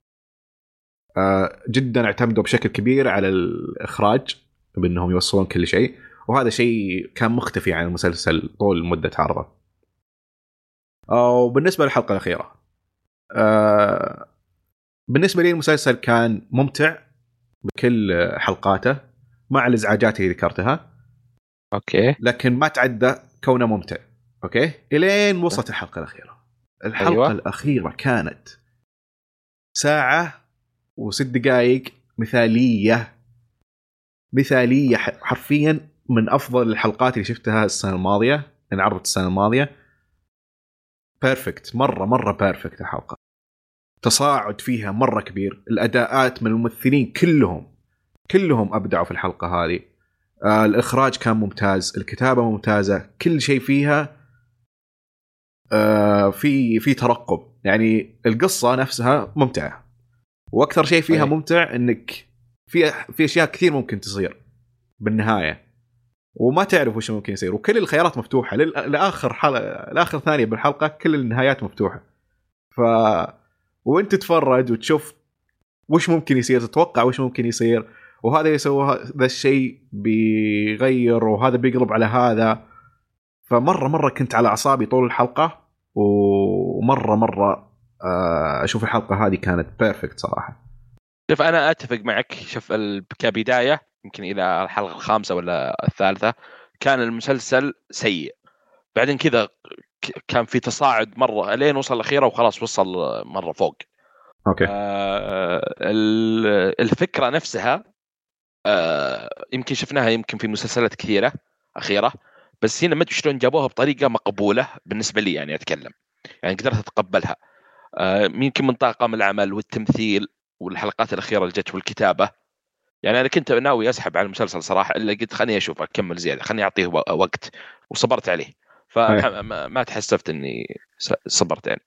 آه جدا اعتمدوا بشكل كبير على الإخراج بأنهم يوصلون كل شيء، وهذا شيء كان مختفي عن المسلسل طول مدة عرضه. وبالنسبة للحلقة الأخيرة آه بالنسبة لي المسلسل كان ممتع بكل حلقاته مع الإزعاجات اللي ذكرتها أوكي لكن ما تعدى كونه ممتع. أوكي إلين وصلت الحلقة الأخيرة. الحلقة أيوة. الأخيرة كانت ساعة وست دقائق مثالية مثالية حرفيا من أفضل الحلقات اللي شفتها السنة الماضية انعرضت السنة الماضية. بيرفكت مرة مرة بيرفكت الحلقة، تصاعد فيها مرة كبير، الأداءات من الممثلين كلهم كلهم أبدعوا في الحلقة هذه. آه الإخراج كان ممتاز، الكتابة ممتازة، كل شيء فيها آه في في ترقب يعني. القصة نفسها ممتعة وأكثر شيء فيها أي. ممتع إنك في في أشياء كثير ممكن تصير بالنهاية وما تعرف وش ممكن يصير، وكل الخيارات مفتوحة لآخر حلقة لآخر ثانية بالحلقة كل النهايات مفتوحة. ف وانت تتفرج وتشوف وش ممكن يصير، تتوقع وش ممكن يصير، وهذا يسوي ذا الشيء بيغير وهذا بيقلب على هذا. فمره مره كنت على اعصابي طول الحلقه، ومره مره اشوف الحلقه هذه كانت بيرفكت صراحه. شوف انا اتفق معك. شوف ال- كبدايه يمكن الى الحلقه الخامسه ولا الثالثه كان المسلسل سيء، بعدين كذا ك- كان في تصاعد مره لين وصل الاخيره وخلاص وصل مره فوق. اوكي. آه ال- الفكره نفسها آه يمكن شفناها يمكن في مسلسلات كثيره اخيره، بس هنا ما ادري شلون جابوها بطريقه مقبوله بالنسبه لي، يعني اتكلم يعني قدرت اتقبلها. آه يمكن من طاقم العمل والتمثيل والحلقات الاخيره اللي جت والكتابه. يعني انا كنت ناوي اسحب على المسلسل صراحه، الا قلت خليني اشوف اكمل زياده، خليني اعطيه و- وقت، وصبرت عليه. فما ما تحسفت اني س- صبرت يعني.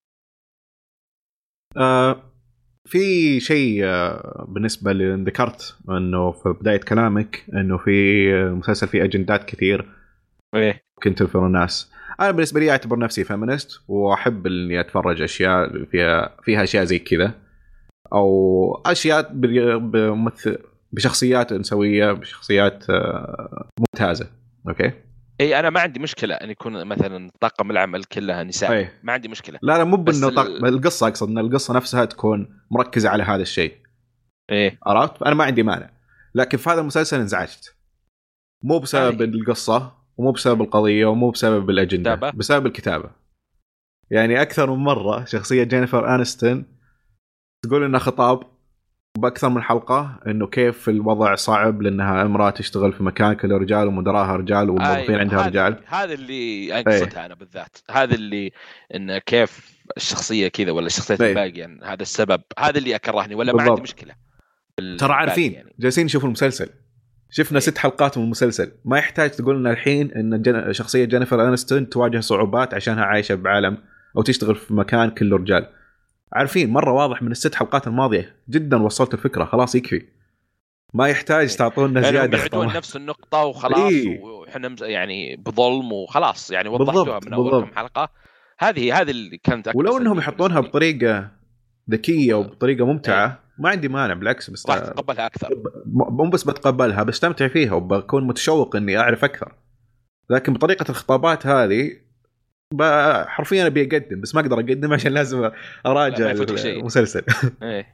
آه في شيء آه بالنسبه اللي ذكرت انه في بدايه كلامك انه في مسلسل فيه اجندات كثير ايه كنت تنفر الناس. انا بالنسبه لي اعتبر نفسي فيمينست، واحب اني اتفرج اشياء فيها فيها اشياء زي كذا، او اشياء ب- بمثل بشخصيات انثويه، بشخصيات آه، ممتازه. اوكي. اي انا ما عندي مشكله ان يكون مثلا طاقم العمل كلها نساء، أي. ما عندي مشكله. لا لا، مو بس بانه طق... ال... القصه، اقصد ان القصه نفسها تكون مركزه على هذا الشيء. ايه عرفت؟ انا ما عندي مانع، لكن في هذا المسلسل انزعجت، مو بسبب آه القصه ومو بسبب القضيه ومو بسبب الاجنده، كتابه. بسبب الكتابه. يعني اكثر من مره شخصيه جينيفر انستون تقول انها خطاب باكثر من حلقه انه كيف الوضع صعب لانها امراه تشتغل في مكان كله رجال ومدراها رجال والموظفين ايوه عندها هذه رجال. هذا اللي ايه انقصتها انا بالذات، هذا اللي ان كيف الشخصيه كذا ولا الشخصيات ايه الباقيه يعني هذا السبب، هذا اللي اكرهني، ولا ما عندي بالضبط. مشكله ترى الباقي عارفين يعني. جالسين نشوف المسلسل، شفنا ايه ست حلقات من المسلسل، ما يحتاج تقول لنا الحين ان جن... شخصيه جينيفر انستون تواجه صعوبات عشانها عايشه بعالم او تشتغل في مكان كله رجال. عارفين مره واضح من الست حلقات الماضيه جدا، وصلت الفكره، خلاص يكفي، ما يحتاج تعطونا يعني هم زياده يعيدون خطوات. نفس النقطة وخلاص، اي وإحنا مز- يعني بظلم وخلاص، يعني وضحتوها بالضبط من أول كم بالضبط. حلقة. هذه هذه اللي كانت أكبر ولو انهم سلبية بالنسبة يحطونها لي. بطريقه ذكيه وبطريقه إيه ممتعه ما عندي مانع، بالعكس، بس راح تتقبلها أكثر. مو بس بتقبلها، بستمتع فيها وبكون متشوق اني اعرف اكثر. لكن بطريقه الخطابات هذه ب- حرفيا ابي اقدم بس ما اقدر اقدم عشان لازم لا اراجع ما يفوتك شيء. المسلسل. إيه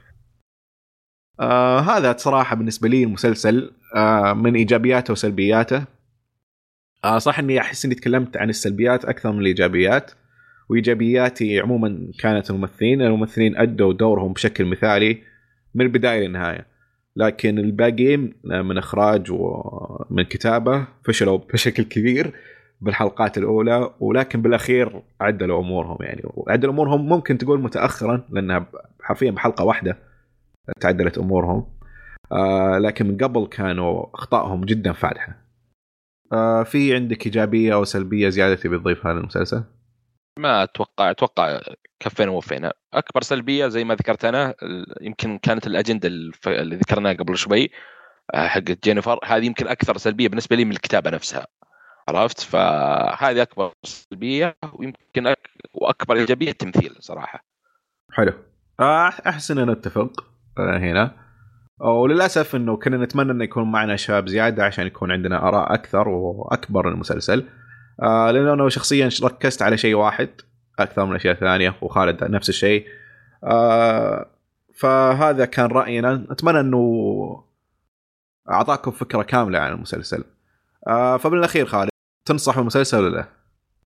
آه هذا صراحه بالنسبه لي المسلسل آه من ايجابياته وسلبياته. آه صح اني احس اني تكلمت عن السلبيات اكثر من الايجابيات، وايجابياتي عموما كانت الممثلين الممثلين ادوا دورهم بشكل مثالي من البدايه للنهايه. لكن الباقيين من اخراج ومن كتابه فشلوا بشكل كبير بالحلقات الاولى، ولكن بالاخير عدلوا امورهم، يعني عدلوا امورهم ممكن تقول متاخرا لانها حرفيا بحلقه واحده تعدلت امورهم. آه لكن من قبل كانوا اخطائهم جدا فادحه. آه في عندك ايجابيه او سلبيه زياده تبي تضيفها للمسلسل؟ ما أتوقع أتوقع كفينا ووفينا. أكبر سلبية زي ما ذكرت أنا ال- يمكن كانت الأجندة الف- اللي ذكرناها قبل شوي، آه، حقت جينيفر. هذه يمكن أكثر سلبية بالنسبة لي من الكتابة نفسها. عرفت؟ فهذه أكبر سلبية، ويمكن أك... وأكبر إيجابية التمثيل صراحة. حلو. آه احسن ان نتفق آه هنا. وللاسف انه كنا نتمنى انه يكون معنا شباب زياده عشان يكون عندنا اراء اكثر واكبر للمسلسل. آه لانه انا شخصيا ركزت على شيء واحد اكثر من اشياء ثانيه، وخالد نفس الشيء. آه فهذا كان راينا، اتمنى انه اعطاكم فكره كامله عن المسلسل. آه فبالاخير خالد، تنصح بالمسلسل ولا لا؟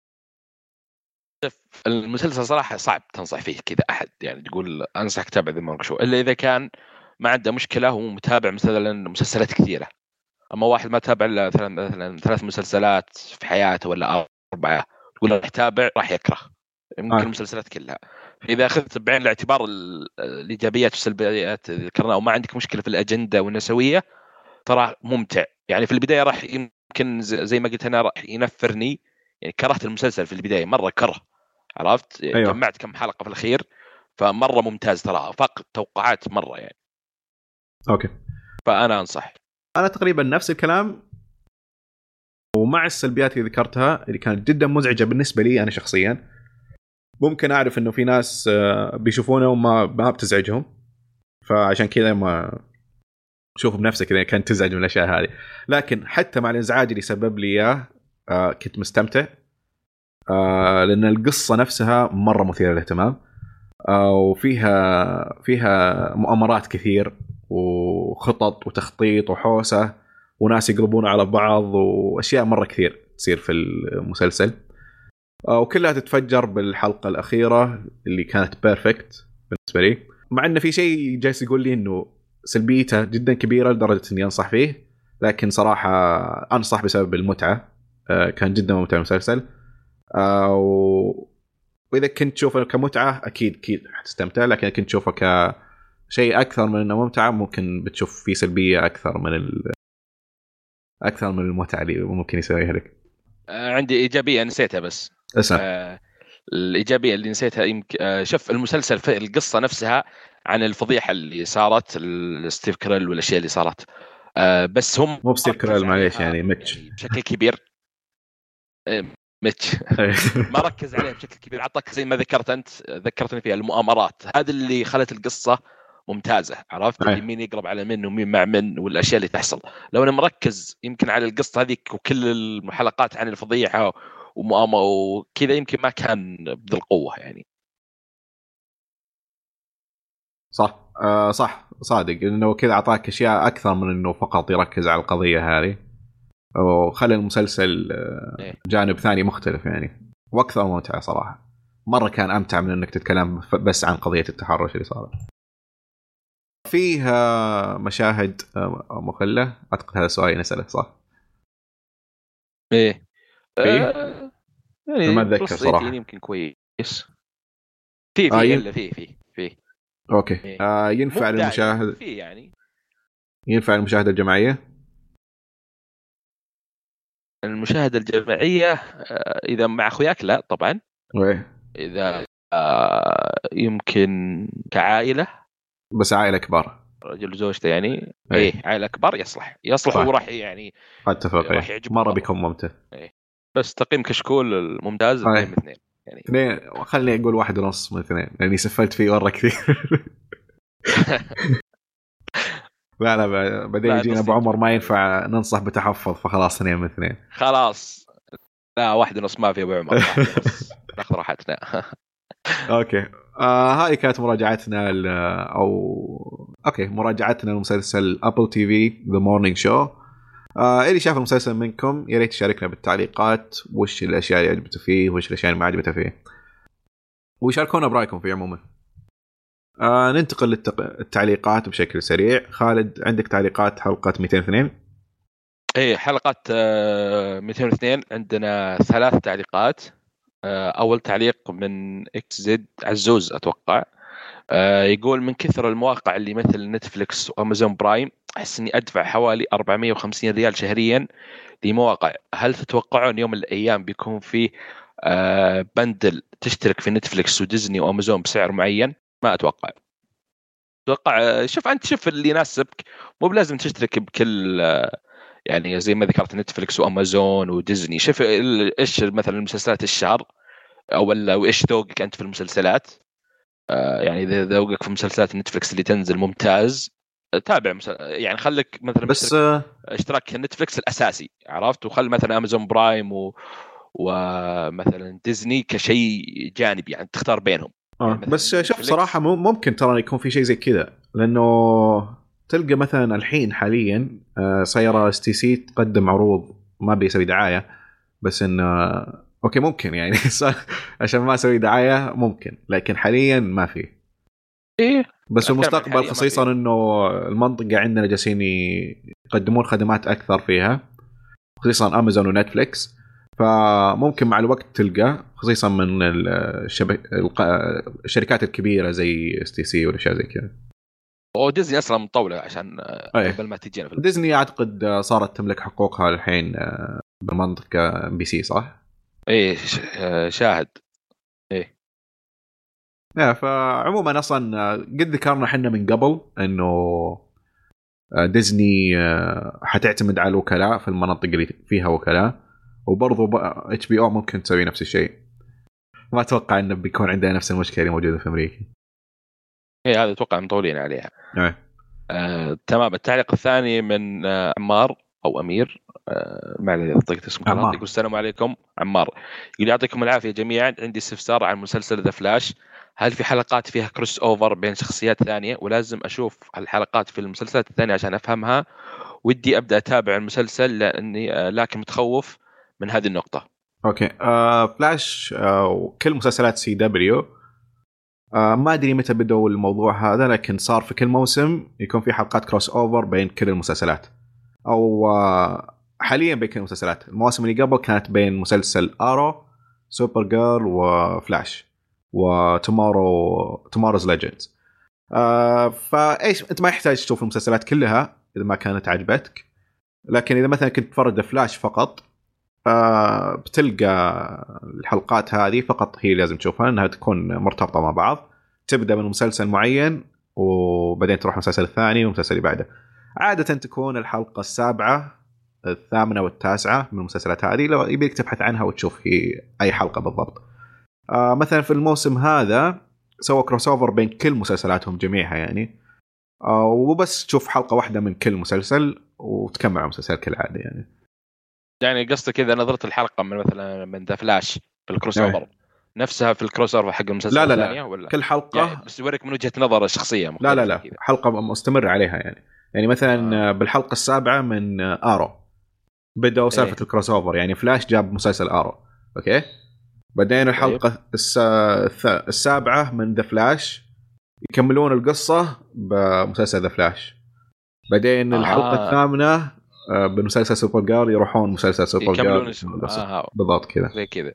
المسلسل صراحة صعب تنصح فيه كذا أحد، يعني تقول أنصحك تتابع ذا مارك شو، إلا إذا كان ما عنده مشكلة ومتابع مثلا مسلسلات كثيرة. أما واحد ما تابع إلا مثلا مثلا ثلاث مسلسلات في حياته ولا أربعة، تقول راح يتابع راح يكره يمكن آه. المسلسلات كلها. إذا أخذت بعين الاعتبار ال- الإيجابيات والسلبيات اللي ذكرناها، وما عندك مشكلة في الأجندة والنسوية، ترى ممتع. يعني في البداية راح يمكن ز- زي ما قلت أنا راح ينفرني، يعني كرهت المسلسل في البداية مرة كره. عرفت؟ ايوه جمعت كم حلقة في الأخير، فمرة ممتاز ترى، فاق توقعات مرة يعني. اوكي. فأنا أنصح. انا تقريبا نفس الكلام، ومع السلبيات اللي ذكرتها اللي كانت جدا مزعجه بالنسبه لي انا شخصيا. ممكن اعرف انه في ناس آه، بيشوفونه وما ما بتزعجهم، فعشان كذا ما شوف بنفسك اذا كانت تزعج من الاشياء هذه. لكن حتى مع الازعاج اللي سبب لي اياه آه كنت مستمتع آه لأن القصة نفسها مرة مثيرة للاهتمام، آه وفيها فيها مؤامرات كثير وخطط وتخطيط وحوسة وناس يقلبون على بعض وأشياء مرة كثير تصير في المسلسل، آه وكلها تتفجر بالحلقة الأخيرة اللي كانت بيرفكت بالنسبة لي. مع أن في شيء جالس يقول لي أنه سلبيته جدا كبيرة لدرجة أني أنصح فيه، لكن صراحة أنصح بسبب المتعة. آه كان جدا ممتع المسلسل، آه وإذا كنت تشوفه كمتعة أكيد أكيد حتستمتع، لكن كنت تشوفه كشيء أكثر من أنه ممتع ممكن بتشوف فيه سلبية أكثر من ال... أكثر من المتعة اللي ممكن يسويها لك. آه عندي إيجابية نسيتها بس. آه الإيجابية اللي نسيتها يمكن آه شوف المسلسل في القصة نفسها عن الفضيحة اللي صارت ستيف كريل والأشياء اللي صارت، آه بس هم مو ستيف كريل معليش يعني ميتش يعني بشكل كبير. آه ميتش ما ركز عليه بشكل كبير، عطاك زي ما ذكرت أنت ذكرتني فيها المؤامرات، هذا اللي خلت القصة ممتازة. عرفت اللي مين يقرب على من ومين مع من والأشياء اللي تحصل. لو أنا مركز يمكن على القصة هذيك وكل المحلقات عن الفضيحة ومؤامرة وكذا يمكن ما كان بذي القوة يعني. صح آه صح صادق انه كذا اعطاك اشياء اكثر من انه فقط يركز على القضيه هذه، وخلى المسلسل آه جانب ثاني مختلف يعني، واكثر ممتع صراحه. مره كان امتع من انك تتكلم بس عن قضيه التحرش اللي صارت. فيها مشاهد مخله، اعتقد هذا السؤال نساله صح؟ ايه فيه آه يعني ما اتذكر صراحه. يمكن كويس في في آه ين... الا في في في اوكي إيه. آه ينفع للمشاهد في يعني ينفع المشاهده الجماعيه. المشاهده الجماعيه آه اذا مع اخوياك لا طبعا. ويه. اذا آه يمكن كعائله، بس عائله كبار رجل وزوجته يعني ايه, إيه عائله كبار يصلح يصلح وراح يعني اتفق راح ايه يعجبهم مره بيكون ممتع. إيه. بس تقييم كشكول الممتاز اثنين من اثنين يعني اثنين، خليني اقول واحد ونص من اثنين لاني سفلت فيه مره كثير. لا لا بعدين يجينا ابو عمر ما ينفع ننصح بتحفظ، فخلاص اثنين من اثنين خلاص. لا واحد ونص ما في ابو عمر، ناخذ راحتنا. اوكي آه هاي كانت مراجعتنا او اوكي مراجعتنا لمسلسل ابل تي في ذا مورنينج شو. آه اللي شاف المسلسل منكم يا ريت تشاركنا بالتعليقات وش الاشياء اللي عجبته فيه وش الاشياء اللي ما عجبته فيه، ويشاركونا برايكم فيه عموما. آه ننتقل للتعليقات بشكل سريع. خالد عندك تعليقات حلقة مئتين واثنين؟ ايه حلقة آه مئتين واثنين عندنا ثلاث تعليقات. آه اول تعليق من اكس زد عزوز اتوقع، آه يقول من كثر المواقع اللي مثل نتفليكس وامازون برايم احس اني ادفع حوالي أربعمية وخمسين ريال شهريا لمواقع، هل تتوقعون يوم من الايام بيكون فيه آه بندل تشترك في نتفليكس وديزني وامازون بسعر معين؟ ما اتوقع. اتوقع شوف انت شوف اللي يناسبك، مو بلازم تشترك بكل يعني زي ما ذكرت نتفليكس وامازون وديزني. شوف ايش مثلا المسلسلات الشهر او ولا وايش ذوقك انت في المسلسلات. آه يعني اذا ذوقك في مسلسلات نتفليكس اللي تنزل ممتاز تابع مسل... يعني خليك مثلا بس اشتراك نتفليكس الاساسي عرفت، وخل مثلا امازون برايم و... ومثلا ديزني كشيء جانبي يعني تختار بينهم. آه. يعني بس شوف صراحة ممكن ترى يكون في شيء زي كذا، لأنه تلقى مثلا الحين حاليا سيارة اس تي سي تقدم عروض، ما بيسوي دعاية بس إن أوكي ممكن يعني عشان ما أسوي دعاية ممكن، لكن حاليا ما في. إيه بس في المستقبل خصيصا إنه المنطقة عندنا جالسين يقدمون خدمات أكثر فيها خصيصا أمازون ونتفليكس، فممكن مع الوقت تلقى خصيصا من الشبك... الشركات الكبيرة زي اس تي سي والاشياء زي كذا. وديزني اصلا مطوله عشان قبل ما تجينا في ديزني اعتقد صارت تملك حقوقها الحين بمنطقة ام بي سي صح؟ ايه شاهد ايه. لا فعموما اصلا قد ذكرنا احنا من قبل انه ديزني حتعتمد على الوكلاء في المناطق اللي فيها وكلاء، وبرضو اتش بي او ممكن تسوي نفس الشيء. ما اتوقع انه بيكون عندنا نفس المشكله اللي موجوده في امريكا. ايه هذا اتوقع مطولين عليها. ايه آه، تمام. التعليق الثاني من آه، عمار او امير، آه، ما عليه طقت اسمه غلط. عمار. يقول السلام عليكم عمار، يقول يعطيكم العافيه جميعا، عندي استفسار عن مسلسل ذا فلاش، هل في حلقات فيها كروس اوفر بين شخصيات ثانيه، ولازم اشوف الحلقات في المسلسلات الثانيه عشان افهمها؟ ودي ابدا اتابع المسلسل لاني آه، لكن متخوف من هذه النقطه. اوكي. آه فلاش آه وكل مسلسلات سي دبليو، آه ما ادري متى بدأوا الموضوع هذا، لكن صار في كل موسم يكون في حلقات كروس اوفر بين كل المسلسلات، او آه حاليا بين كل المسلسلات. المواسم اللي قبل كانت بين مسلسل ارو، سوبر جيرل، وفلاش، وتومورو توموروز ليجندز. آه فايش انت ما يحتاج تشوف المسلسلات كلها اذا ما كانت عجبتك، لكن اذا مثلا كنت تفرج فلاش فقط، آه بتلقى الحلقات هذه فقط هي لازم تشوفها، انها تكون مرتبطه مع بعض. تبدا من مسلسل معين وبعدين تروح المسلسل الثاني والمسلسل اللي بعده. عاده تكون الحلقه السابعه، الثامنه والتاسعه من المسلسلات هذه، لو يبيك تبحث عنها وتشوف هي اي حلقه بالضبط. آه مثلا في الموسم هذا سووا كروس اوفر بين كل مسلسلاتهم جميعها يعني، آه وبس تشوف حلقه واحده من كل مسلسل وتكمل المسلسل كالعاده يعني. يعني قصدك اذا نظرت الحلقه من مثلا من ذا فلاش في الكروس أيه. اوفر نفسها في الكروس اوفر حق المسلسل لا لا الثانيه، لا، ولا كل يعني حلقه. بس يوريك من وجهه نظر الشخصيه لا لا مختلفه لا، كذا؟ حلقه مستمر عليها يعني. يعني مثلا آه. بالحلقه السابعه من ارو بدأوا سالفه ايه الكروس اوفر، يعني فلاش جاب مسلسل ارو، اوكي. بعدين طيب. الحلقه الس... الث- السابعه من ذا فلاش يكملون القصه بمسلسل ذا فلاش. بعدين الحلقه اه الثامنه آه، بمسلسل سوبر جيرل يروحون مسلسل سوبر يكملون جيرل اسم... يكملون القصه اه بالضبط كذا. زي كذا.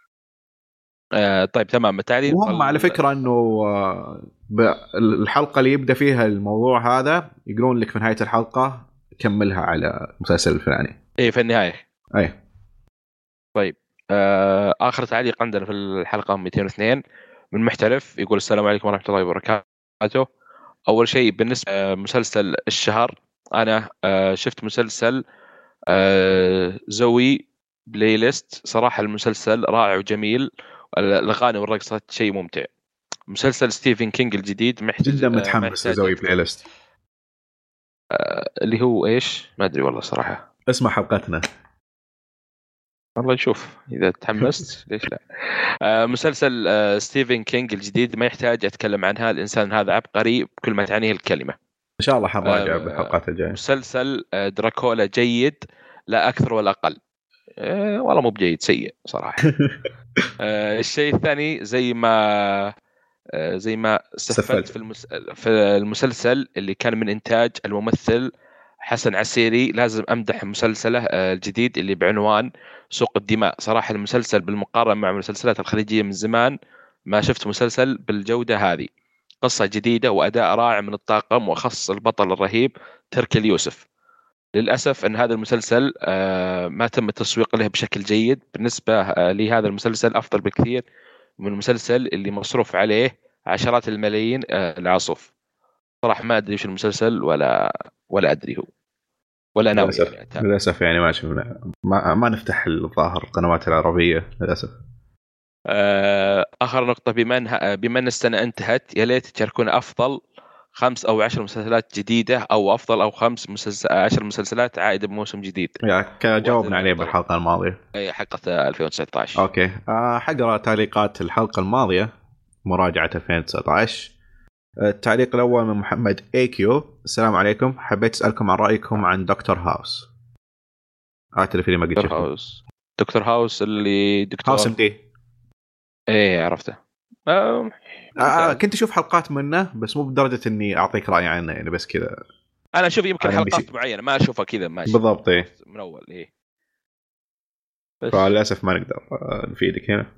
آه طيب تمام. التعليق وهم على ال... فكره انه آه، ب- الحلقه اللي يبدا فيها الموضوع هذا يقولون لك في نهايه الحلقه كملها على المسلسل الفلاني. ايه في النهايه. اي. طيب آه اخر تعليق عندنا في الحلقه مئتين واثنين من محترف، يقول السلام عليكم ورحمه الله وبركاته. اول شيء بالنسبه لمسلسل الشهر، انا آه شفت مسلسل آه زوي بلاي ليست، صراحه المسلسل رائع وجميل، الاغاني والرقصات شيء ممتع. مسلسل ستيفن كينج الجديد محتاج جدا آه ما متحمس يحتاج اسوي أكثر. بلاي ليست. اللي هو ايش ما ادري والله صراحه. اسمع حلقتنا. والله نشوف اذا تحمست ليش لا. آه مسلسل آه ستيفن كينج الجديد ما يحتاج اتكلم عنها، الانسان هذا عبقري بكل ما تعنيه الكلمه. ان شاء الله حنراجع آه بالحلقات الجايه. مسلسل آه دراكولا جيد لا اكثر ولا اقل. آه والله مو بجيد، سيء صراحه. آه الشيء الثاني، زي ما آه زي ما استفدت استفدت. في المس... في المسلسل اللي كان من انتاج الممثل حسن عسيري، لازم امدح مسلسله آه الجديد اللي بعنوان سوق الدماء. صراحه المسلسل بالمقارنه مع المسلسلات الخليجيه من زمان ما شفت مسلسل بالجوده هذه. قصه جديده واداء رائع من الطاقم، واخص البطل الرهيب تركي اليوسف. للأسف أن هذا المسلسل آه، ما تم التسويق له بشكل جيد. بالنسبة آه، لي هذا المسلسل أفضل بكثير من المسلسل اللي مصروف عليه عشرات الملايين آه، العصف. صراحة ما أدري وش المسلسل، ولا ولا أدري هو، ولا ناوي للاسف يعني أتابع. للاسف يعني ما شفنا، ما, ما نفتح الظاهر القنوات العربيه للاسف. آه، آخر نقطة، بما أنها بما أن السنة انتهت، يا ليت تشاركونا أفضل خمس أو عشر مسلسلات جديدة، أو أفضل أو خمس مسلسل عشر مسلسلات عائدة بموسم جديد. يعني جاوبنا عليه وهذا بالحلقه الماضيه. حلقة ألفين وتسعة عشر. اوكي. آه حقرا تعليقات الحلقه الماضيه، مراجعه ألفين وتسعة عشر. التعليق الأول من محمد اي كيو. السلام عليكم، حبيت أسألكم عن رأيكم عن دكتور هاوس. أعترف لي ما قد دكتور شفته. هاوس. دكتور هاوس اللي هاوس دكتور. ام دي. ايه عرفته. آه آه ممتاز. كنت أشوف حلقات منه بس مو بدرجة إني أعطيك رأي عنه يعني، بس كذا. انا اشوف يمكن أنا مشي حلقات معينه ما اشوفها كذا ماشي بالضبط إيه. من اول. ايه بس. فللأسف ما نقدر آه نفيدك هنا.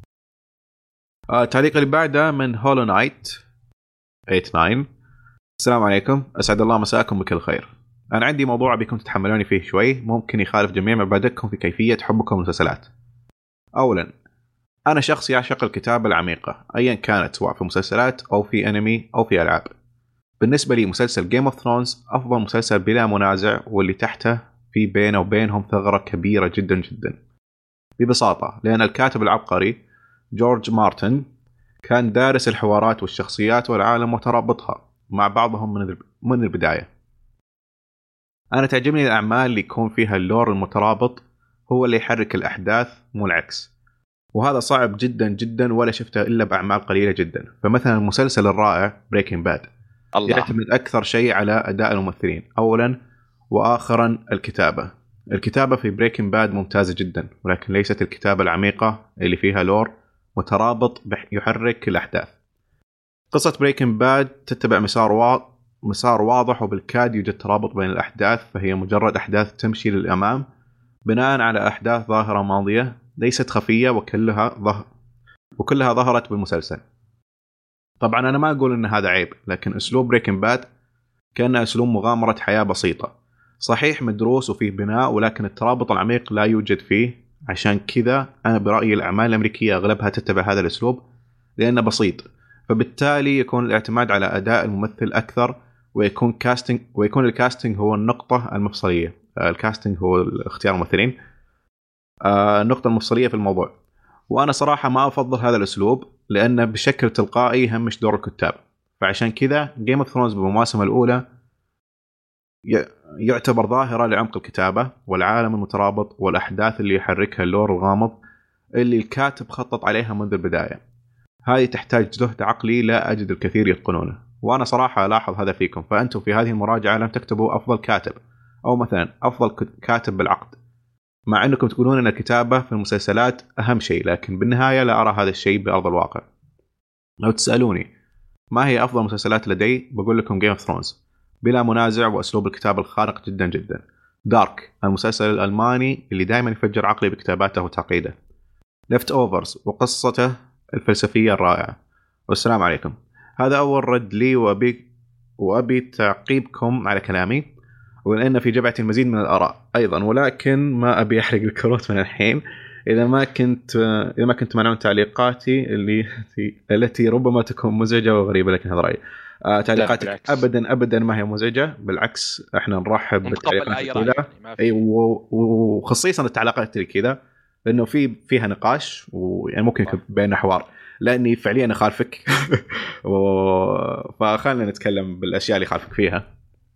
آه التعليق اللي بعده من هولو نايت ثمانية وثمانين. السلام عليكم، أسعد الله مساءكم بكل خير. أنا عندي موضوع بكم تتحملوني فيه شوي، ممكن يخالف جميع مبادئكم في كيفية حبكم للمسلسلات. أولا، أنا شخص يعشق الكتابة العميقة أيا كانت، سواء في مسلسلات أو في أنمي أو في ألعاب. بالنسبة لي مسلسل Game of Thrones أفضل مسلسل بلا منازع، واللي تحته في بينه وبينهم ثغرة كبيرة جدا جدا. ببساطة لأن الكاتب العبقري جورج مارتن كان دارس الحوارات والشخصيات والعالم وترابطها مع بعضهم من من البداية. انا تعجبني الاعمال اللي يكون فيها اللور المترابط هو اللي يحرك الاحداث مو العكس، وهذا صعب جدا جدا ولا شفته الا باعمال قليله جدا. فمثلا المسلسل الرائع بريكنج باد الله. يعتمد اكثر شيء على اداء الممثلين اولا واخرا الكتابه. الكتابه في بريكنج باد ممتازه جدا، ولكن ليست الكتابه العميقه اللي فيها لور مترابط يحرك الاحداث. قصه بريكنج باد تتبع مسار واضح مسار واضح وبالكاد يوجد ترابط بين الاحداث، فهي مجرد احداث تمشي للامام بناء على احداث ظاهره ماضيه ليست خفيه، وكلها ظهر وكلها ظهرت بالمسلسل. طبعا انا ما اقول ان هذا عيب، لكن اسلوب بريكنج باد كان اسلوب مغامره حياه بسيطه، صحيح مدروس وفيه بناء، ولكن الترابط العميق لا يوجد فيه. عشان كذا انا برايي الاعمال الامريكيه اغلبها تتبع هذا الاسلوب لانه بسيط، فبالتالي يكون الاعتماد على اداء الممثل اكثر، ويكون كاستنج ويكون الكاستنج هو النقطه المفصليه. الكاستنج هو اختيار الممثلين النقطه المفصليه في الموضوع. وانا صراحه ما افضل هذا الاسلوب لانه بشكل تلقائي يهمش دور الكتاب. فعشان كذا جيم اوف ثرونز بالمواسم الاولى يعتبر ظاهره لعمق الكتابه والعالم المترابط والاحداث اللي يحركها اللور الغامض اللي الكاتب خطط عليها منذ البدايه. هذه تحتاج جهد عقلي لا اجد الكثير يتقنونه، وانا صراحه الاحظ هذا فيكم. فانتم في هذه المراجعه لم تكتبوا افضل كاتب او مثلا افضل كاتب بالعقد، مع انكم تقولون ان الكتابه في المسلسلات اهم شيء، لكن بالنهايه لا ارى هذا الشيء بارض الواقع. لو تسالوني ما هي افضل مسلسلات لدي بقول لكم جيم اوف ثرونز بلا منازع، واسلوب الكتابه الخارق جدا جدا. دارك المسلسل الالماني اللي دائما يفجر عقلي بكتاباته وتعقيده. ليفت اوفرز وقصته الفلسفيه الرائعه. والسلام عليكم. هذا اول رد لي، وابي وابي تعقيبكم على كلامي، ولأن في جبعتي المزيد من الآراء أيضا، ولكن ما أبي أحرق الكروت من الحين. إذا ما كنت إذا ما كنت منعون تعليقاتي اللي التي ربما تكون مزعجة وغريبة، لكن هذا رأيي. آه تعليقاتك أبدا أبدا ما هي مزعجة، بالعكس إحنا نرحب بالتعليقات كذا، أي وخصيصا التعليقات اللي كذا، لأنه في فيها نقاش ويعني ممكن يكون بيننا حوار، لأني فعليا أخالفك فخلنا نتكلم بالأشياء اللي خالفك فيها.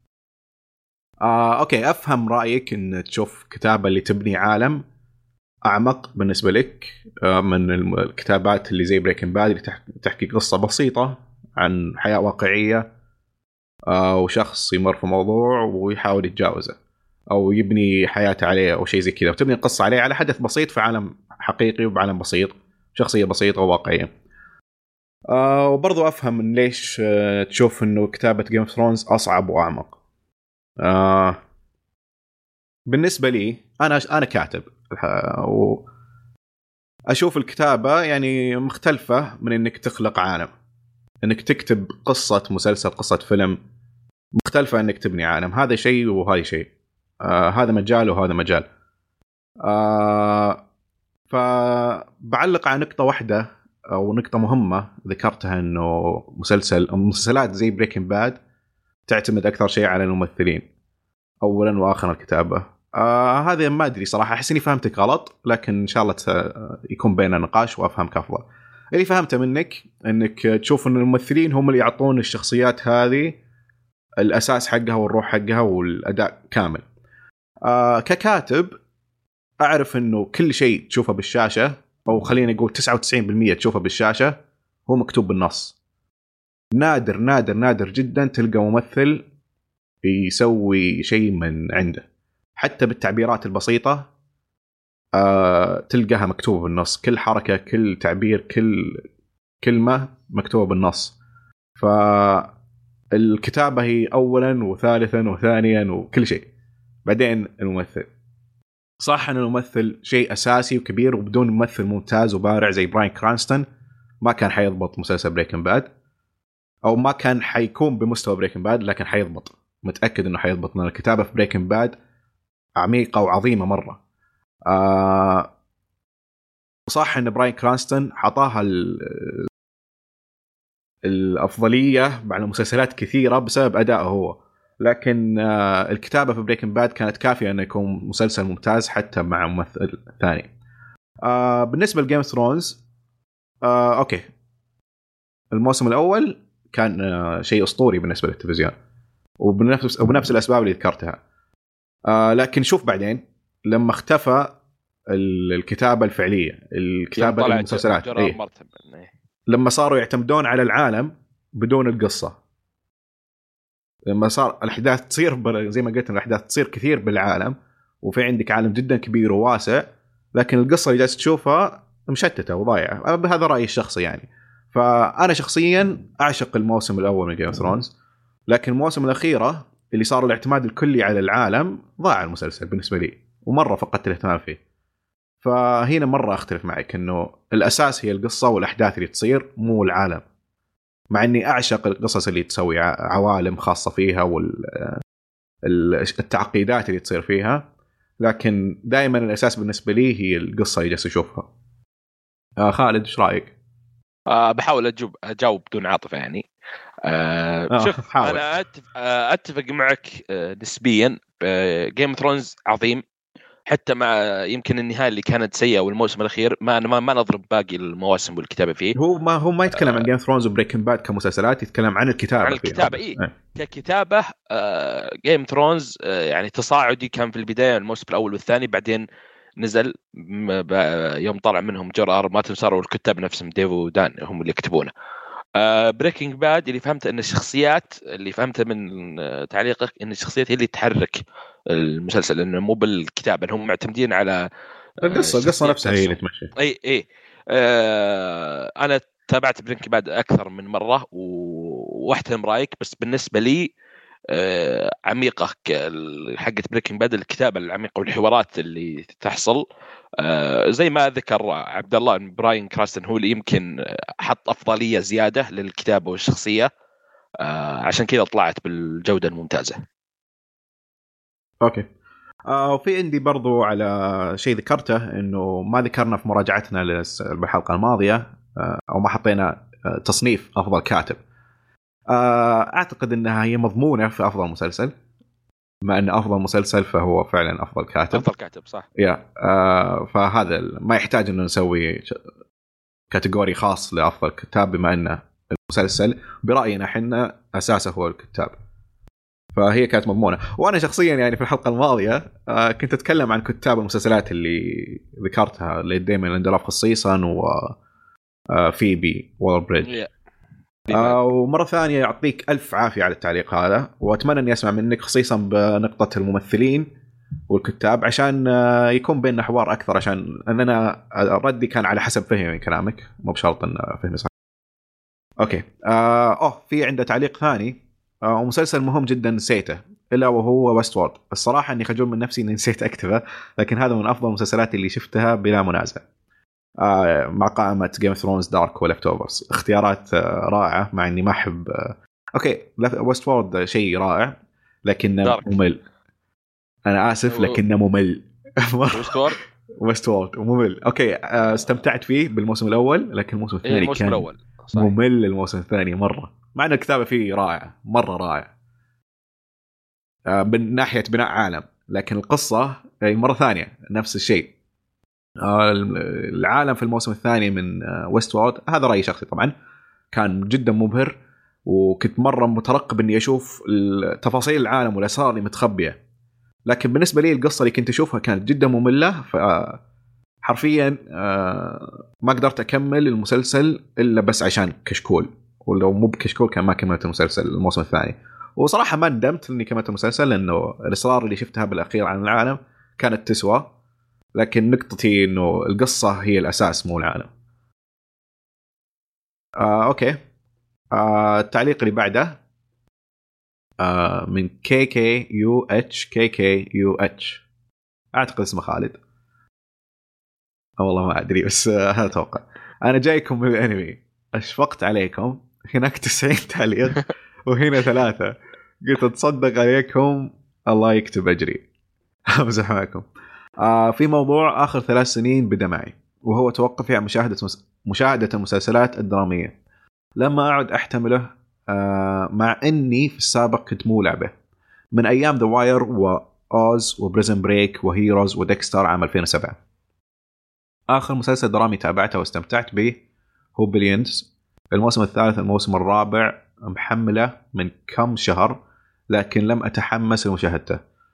آه، أوكي أفهم رأيك إن تشوف كتابة اللي تبني عالم أعمق بالنسبة لك آه من الكتابات اللي زي بريكنج باد اللي تحكي قصة بسيطة عن حياة واقعية آه وشخص يمر في موضوع ويحاول يتجاوزه أو يبني حياته عليه أو شيء زي كذا، وتبني قصة عليه على حدث بسيط في عالم حقيقي وبعالم بسيط، شخصية بسيطة وواقعية. آه وبرضو أفهم من ليش آه تشوف إنه كتابة جيم اوف ثرونز أصعب وأعمق. آه بالنسبة لي أنا أنا كاتب وأشوف الكتابة يعني مختلفة من إنك تخلق عالم. إنك تكتب قصة مسلسل قصة فيلم مختلفة إنك تبني عالم، هذا شيء وهذا شيء. آه هذا مجال وهذا مجال. آه فبعلق على نقطة واحدة أو نقطة مهمة ذكرتها، إنه مسلسل مسلسلات زي بريكنج باد تعتمد أكثر شيء على الممثلين اولا واخرا الكتابه. آه هذا ما ادري صراحه، احس اني فهمتك غلط، لكن ان شاء الله يكون بيننا نقاش وافهمك افضل. اللي فهمته منك انك تشوف ان الممثلين هم اللي يعطون الشخصيات هذه الاساس حقها والروح حقها والاداء كامل. آه ككاتب اعرف انه كل شيء تشوفه بالشاشه، او خلينا نقول تسعة وتسعين بالمئة تشوفه بالشاشه هو مكتوب بالنص. نادر نادر نادر جدا تلقى ممثل يسوي شيء من عنده، حتى بالتعبيرات البسيطة آه تلقاها مكتوبة بالنص، كل حركة كل تعبير كل كلمة مكتوبة بالنص. فالكتابة هي أولا وثالثا وثانيا وكل شيء، بعدين الممثل. صح أن الممثل شيء أساسي وكبير، وبدون ممثل ممتاز وبارع زي براين كرانستون ما كان حيضبط مسلسل بريكنج باد، أو ما كان حيكون بمستوى بريكنج باد، لكن حيضبط، متأكد إنه حيضبط. لأن الكتابة في بريكنج باد عميقة وعظيمة مرة. آه صح إن براين كرانستون حطاها الأفضلية على مسلسلات كثيرة بسبب أدائه هو، لكن آه الكتابة في بريكنج باد كانت كافية إنه يكون مسلسل ممتاز حتى مع ممثل ثاني. آه بالنسبة لجيم اوف ثرونز آه أوكي، الموسم الأول كان آه شيء أسطوري بالنسبة للتلفزيون، وبنفس وبنفس الأسباب اللي ذكرتها. آه لكن شوف بعدين لما اختفى الكتابة الفعلية الكتابة للمسلسلات إيه؟ لما صاروا يعتمدون على العالم بدون القصة لما صار الأحداث تصير زي ما قلت الأحداث تصير كثير بالعالم وفي عندك عالم جدا كبير وواسع لكن القصة اللي جالس تشوفها مشتتة وضايعة بهذا رأيي الشخصي يعني. فأنا شخصيا أعشق الموسم الأول من Game of Thrones لكن الموسم الأخيرة اللي صار الاعتماد الكلي على العالم ضاع المسلسل بالنسبة لي ومرة فقدت الاهتمام فيه. فهنا مرة أختلف معك إنه الأساس هي القصة والأحداث اللي تصير مو العالم مع إني أعشق القصص اللي تسوي عوالم خاصة فيها والتعقيدات اللي تصير فيها لكن دائما الأساس بالنسبة لي هي القصة اللي جالس أشوفها. آه خالد إيش رأيك؟ آه بحاول أجاوب أجاوب بدون عاطفة يعني. آه آه شوف حاول. أنا أتفق, أتفق معك آه نسبيا. جيم اوف ثرونز عظيم حتى مع يمكن النهاية اللي كانت سيئة والموسم الأخير ما ما, ما نضرب باقي المواسم والكتابة فيه. هو ما هو ما يتكلم آه عن جيم اوف ثرونز وبريكنج باد كمسلسلات يتكلم عن الكتابة عن الكتابة إيه آه. ككتابة جيم اوف ثرونز يعني تصاعدي كان في البداية الموسم الأول والثاني بعدين نزل يوم طلع منهم جرار ما تنصروا الكتاب نفسهم ديف ودان هم اللي يكتبونه. بريكنج باد اللي فهمت ان الشخصيات اللي فهمتها من تعليقك ان الشخصيات هي اللي تحرك المسلسل لانه مو بالكتابه هم معتمدين على القصه القصه نفسها هي اللي تمشي. اي اي آه انا تابعت بريكنج باد اكثر من مره واحترم رايك بس بالنسبه لي آه عميقه حقت بريكنج باد الكتابه العميقه والحوارات اللي تحصل آه زي ما ذكر عبد الله براين كراستن هو اللي يمكن حط افضليه زياده للكتابه والشخصيه آه عشان كذا طلعت بالجوده الممتازه. اوكي آه وفي عندي برضو على شيء ذكرته انه ما ذكرنا في مراجعتنا بالحلقه الماضيه آه او ما حطينا آه تصنيف افضل كاتب. آه اعتقد انها هي مضمونه في افضل مسلسل مع ان افضل مسلسل فهو فعلا افضل كاتب افضل كاتب صح يا آه فهذا ما يحتاج انه نسوي كاتيجوري خاص لافضل كتاب بما انه المسلسل براينا احنا اساسه هو الكتاب فهي كانت مضمونه. وانا شخصيا يعني في الحلقه الماضيه آه كنت اتكلم عن كتاب المسلسلات اللي ذكرتها اللي دايما ليندلوف خصيصا و آه فيبي وول بريدج آه ومرة ثانية يعطيك ألف عافية على التعليق هذا وأتمنى أني أسمع منك خصيصا بنقطة الممثلين والكتاب عشان آه يكون بيننا حوار أكثر عشان أننا ردي كان على حسب فهمي كلامك مو بشرط أن فهمي صح. أوكي آه أوه في عنده تعليق ثاني آه ومسلسل مهم جدا نسيته إلا وهو ويست وورد. الصراحة أني خجول من نفسي أني نسيت أكتبه لكن هذا من أفضل المسلسلات اللي شفتها بلا منازع آه مع قائمة Game of Thrones Dark و Leftovers اختيارات آه رائعة مع إني ما أحب آه أوكي ويست وورد شيء رائع لكنه ممل. أنا آسف لكنه ممل. ويست وورد ويست وورد ممل. أوكي آه استمتعت فيه بالموسم الأول لكن الموسم الثاني الموسم كان الأول ممل. الموسم الثاني مرة مع أن الكتابة فيه رائعة مرة رائعة آه من ناحية بناء عالم لكن القصة مرة ثانية نفس الشيء. العالم في الموسم الثاني من ويست وورد هذا رأيي شخصي طبعا كان جدا مبهر وكنت مرة مترقب اني اشوف تفاصيل العالم والاسرار اللي متخبية لكن بالنسبة لي القصة اللي كنت اشوفها كانت جدا مملة حرفيا ما قدرت اكمل المسلسل الا بس عشان كشكول ولو مو بكشكول كان ما كملت المسلسل الموسم الثاني. وصراحة ما ندمت اني كملت المسلسل لانه الاسرار اللي شفتها بالاخير عن العالم كانت تسوى لكن نقطتي إنه القصة هي الأساس مو العالم. آه، أوكي آه، التعليق اللي بعده آه، من كي كي يو اتش كي كي يو اتش أعتقد اسمه خالد أو والله ما أدري بس هذا آه توقع. أنا جايكم من الأنمي أشفقت عليكم هناك تسعين تعليق وهنا ثلاثة قلت أتصدق عليكم الله يكتب أجري. أمزح معكم. آه في موضوع آخر ثلاث سنين بدأ معي وهو توقفي عن مشاهدة مس... مشاهدة المسلسلات الدرامية لما أعد أحتمله آه مع أني في السابق كنت مولع به من أيام ذا واير وأوز وبريزن بريك وهيروز وديكستر عام ألفين وسبعة. آخر مسلسل درامي تابعته واستمتعت به هو بليونز الموسم الثالث الموسم الرابع محمله من كم شهر لكن لم أتحمس لمشاهدته.